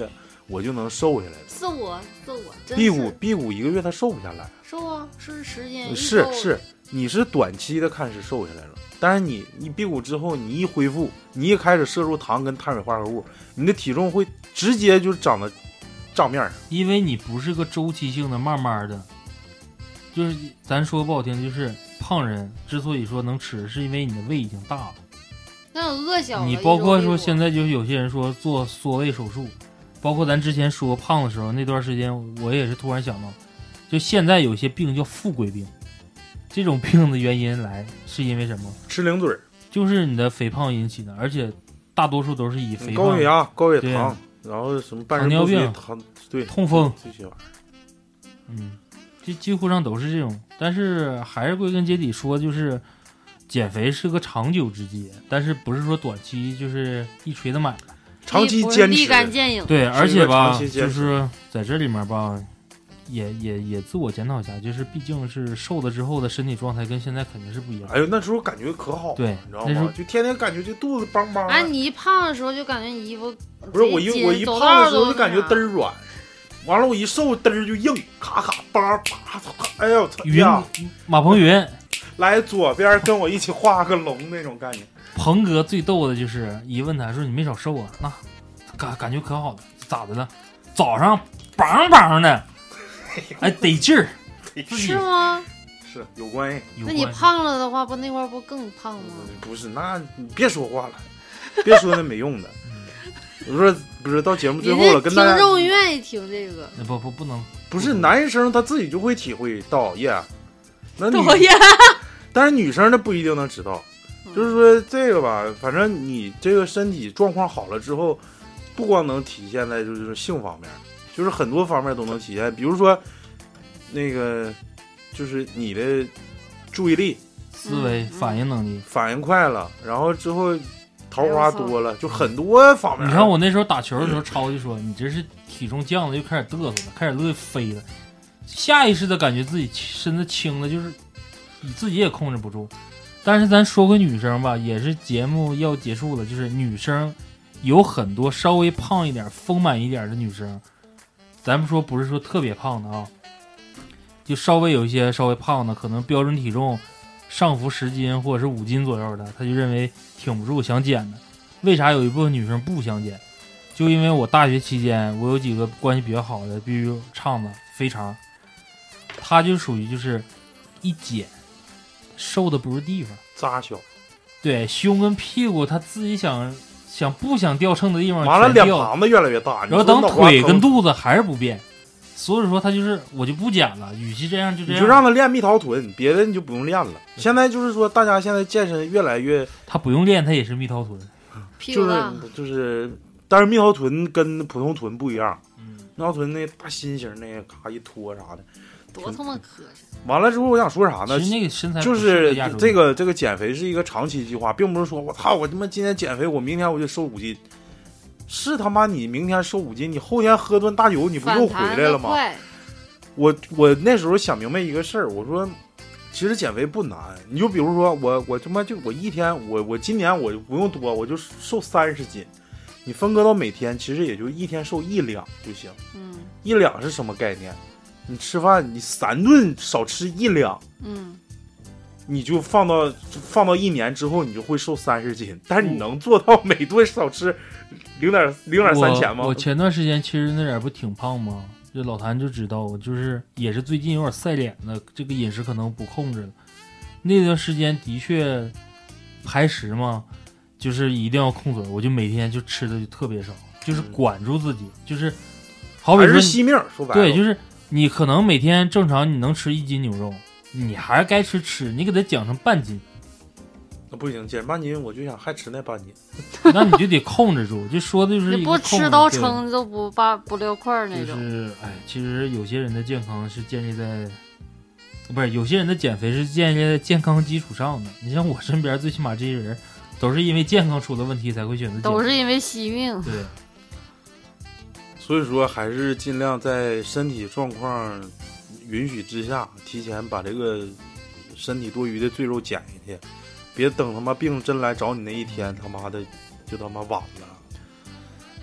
我就能瘦下来了。 是我是我，真辟谷是辟谷一个月他瘦不下来， 瘦啊，是时间一是瘦是，你是短期的看是瘦下来了，但是你你辟谷之后，你一恢复，你一开始摄入糖跟碳水化合物，你的体重会直接就长到账面上， 因为你不是个周期性的，慢慢的，就是咱说不好听，就是胖人之所以说能吃，是因为你的胃已经大了。 那有饿小了。 你包括说现在在就是有些人说做缩胃手术，包括咱之前说胖的时候那段时间，我也是突然想到，就现在有些病叫富贵病，这种病的原因来是因为什么？ 吃零嘴儿， 就是你的肥胖引起的，而且大多数都是以肥胖、 高血压、高血对糖，然后什么半糖尿病糖对痛风这些玩意儿。 嗯，这几乎上都是这种，但是还是归根结底说，就是减肥是个长久之计，但是不是说短期就是一锤子买卖。 长期坚立持， 竿见影。 对，而且吧， 长期坚持就是在这里面吧，也也也自我检讨一下，就是毕竟是瘦了之后的身体状态跟现在肯定是不一样。 哎呦，那时候感觉可好了， 对你知道那时候吗？就天天感觉这肚子邦邦的。 哎，你一胖的时候就感觉你衣服不是我一贼紧我一走胖的时道都候就感觉那啥嘚儿软，完了我一瘦嘚儿就硬，咔咔叭叭，哎呦我操云呀！ 马鹏云， 来左边跟我一起画个龙那种概念。 鹏哥最逗的就是一问他说你没少瘦啊，那感感觉可好了，咋的了？早上梆梆的，哎得劲儿，自己是吗？ 是有关系， 有那你关系胖了的话，不那块儿不更胖吗？ 不是？那你别说话了，别说那没用的。我说不是，到节目最后了， 人家跟大家听众愿意听这个。 那不不不能不是男生他自己就会体会到耶，那女讨厌。 但是女生她不一定能知道。就是说这个吧，反正你这个身体状况好了之后，不光能体现在就是性方面，就是很多方面都能体现。比如说，那个就是你的注意力、 思维、 嗯反应能力。 反应快了，然后之后桃花多了，就很多方面。 你看我那时候打球的时候，超就说你这是体重降了，又开始嘚瑟了，开始乐意飞了，下意识的感觉自己身子轻了，就是你自己也控制不住。但是咱说回女生吧，也是节目要结束了，就是女生有很多稍微胖一点、丰满一点的女生，咱们说不是说特别胖的啊，就稍微有一些稍微胖的，可能标准体重上浮十斤或者是五斤左右的，她就认为挺不住想减的。为啥有一部分女生不想减？就因为我大学期间我有几个关系比较好的，比如畅子、肥肠，她就属于就是一减瘦的不是地方， 扎小， 对，胸跟屁股她自己想想不想掉秤的地方完了脸全掉庞子越来越大， 然后等腿跟肚， 肚子还是不变，所以说她就是我就不减了，与其这样就这样， 你就让他练蜜桃臀，别的你就不用练了。现在就是说，大家现在健身越来越， 她不用练，她也是蜜桃臀。 就是屁股大。 就是，但是蜜桃臀跟普通臀不一样， 嗯， 蜜桃臀那大心形那个咔一拖啥的， 多他妈磕碜！ 完了之后我想说啥呢其？实那个身材不就是适合亚洲这个这个减肥是一个长期计划，并不是说我操我他妈今天减肥，我明天我就瘦五斤。是他妈你明天瘦五斤，你后天喝顿大酒，你不又回来了吗？我我那时候想明白一个事儿，我说其实减肥不难，你就比如说我我他妈就我一天我我今年我就不用多，我就瘦三十斤，你分割到每天，其实也就一天瘦一两就行。 嗯一两是什么概念？你吃饭你三顿少吃一两， 嗯， 你就放到放到一年之后，你就会瘦三十斤。但是你能做到每顿少吃零点零点三钱吗？ 我我前段时间其实那点儿不挺胖吗？这老谭就知道我就是也是最近有点晒脸的，这个饮食可能不控制了。那段时间的确排食嘛，就是一定要控嘴，我就每天就吃的就特别少，就是管住自己，就是好比说还是惜命，说白了对，就是你可能每天正常你能吃一斤牛肉，你还是该吃吃，你给它讲成半斤， 那不行，减半斤我就想还吃那半斤， 那你就得控制住。就说的就是你不一个控制吃到对撑都不把不撂块儿那种。 就是哎，其实有些人的健康是建立在，不是有些人的减肥是建立在健康基础上的。你像我身边最起码这些人，都是因为健康出了问题才会选择减肥， 都是因为惜命。 对。 所以说还是尽量在身体状况允许之下，提前把这个身体多余的赘肉减下去，别等他妈病真来找你那一天，他妈的就他妈晚了。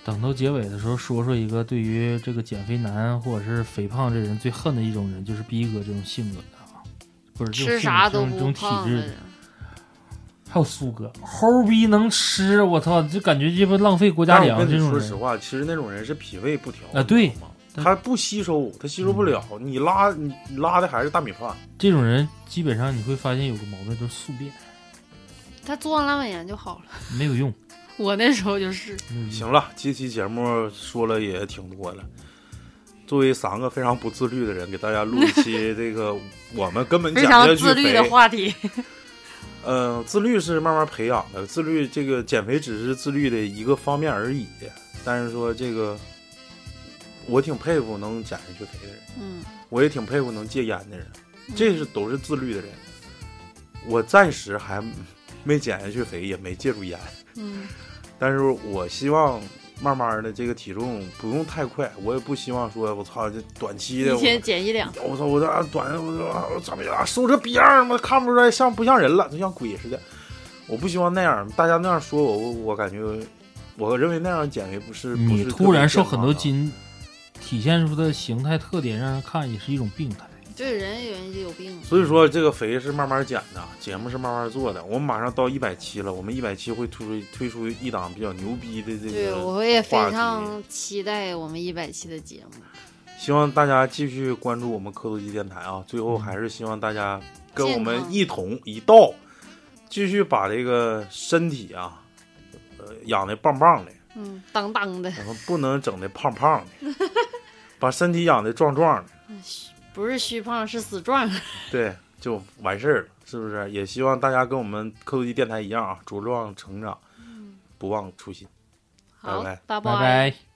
等到结尾的时候，说说一个对于这个减肥男或者是肥胖这人最恨的一种人，就是逼哥这种性格的啊，不是这种吃性格啥都不这种这种体质的胖的人。。 还有苏哥，齁逼能吃，我操，就感觉这不浪费国家粮但我跟你这种人说实话，其实那种人是脾胃不调啊对， 你知道吗他不吸收，他吸收不了。你拉你你拉的还是大米饭。 这种人基本上你会发现有个毛病，就是宿便， 他做完阑尾炎就好了。 没有用。 我那时候就是。 没有用行了，这期节目说了也挺多了。作为三个非常不自律的人，给大家录一期这个我们根本非减不下去常自律的肥。 话题。 嗯、呃，自律是慢慢培养的，自律这个减肥只是自律的一个方面而已。但是说这个，我挺佩服能减下去肥的人， 嗯， 我也挺佩服能戒烟的人，这是都是自律的人。我暂时还没减下去肥，也没戒住烟， 嗯， 但是我希望慢慢的这个体重不用太快，我也不希望说我操这短期的一天减一两。 我操！我这短，我这我怎么样？瘦这逼样，我看不出来像不像人了，就像鬼似的。我不希望那样，大家那样说我，我我感觉，我认为那样减肥不是不你是突然瘦很多特别健康的。 斤，体现出的形态特点让人看也是一种病态。 对人有人就有病。 所以说，这个肥是慢慢减的，节目是慢慢做的。我们马上到一百期了，我们一百期会推出推出一档比较牛逼的这个对，我也非话题常期待我们一百期的节目。 希望大家继续关注我们科多基电台啊！最后还是希望大家跟我们一同一道，继续把这个身体啊，呃，养的棒棒的， 嗯，当当的， 我们不能整的胖胖的，把身体养的壮壮的， 不是虚胖是死壮。 对，就完事儿了，是不是？也希望大家跟我们科多基电台一样啊，茁壮成长，不忘初心。 好， 拜拜拜拜拜。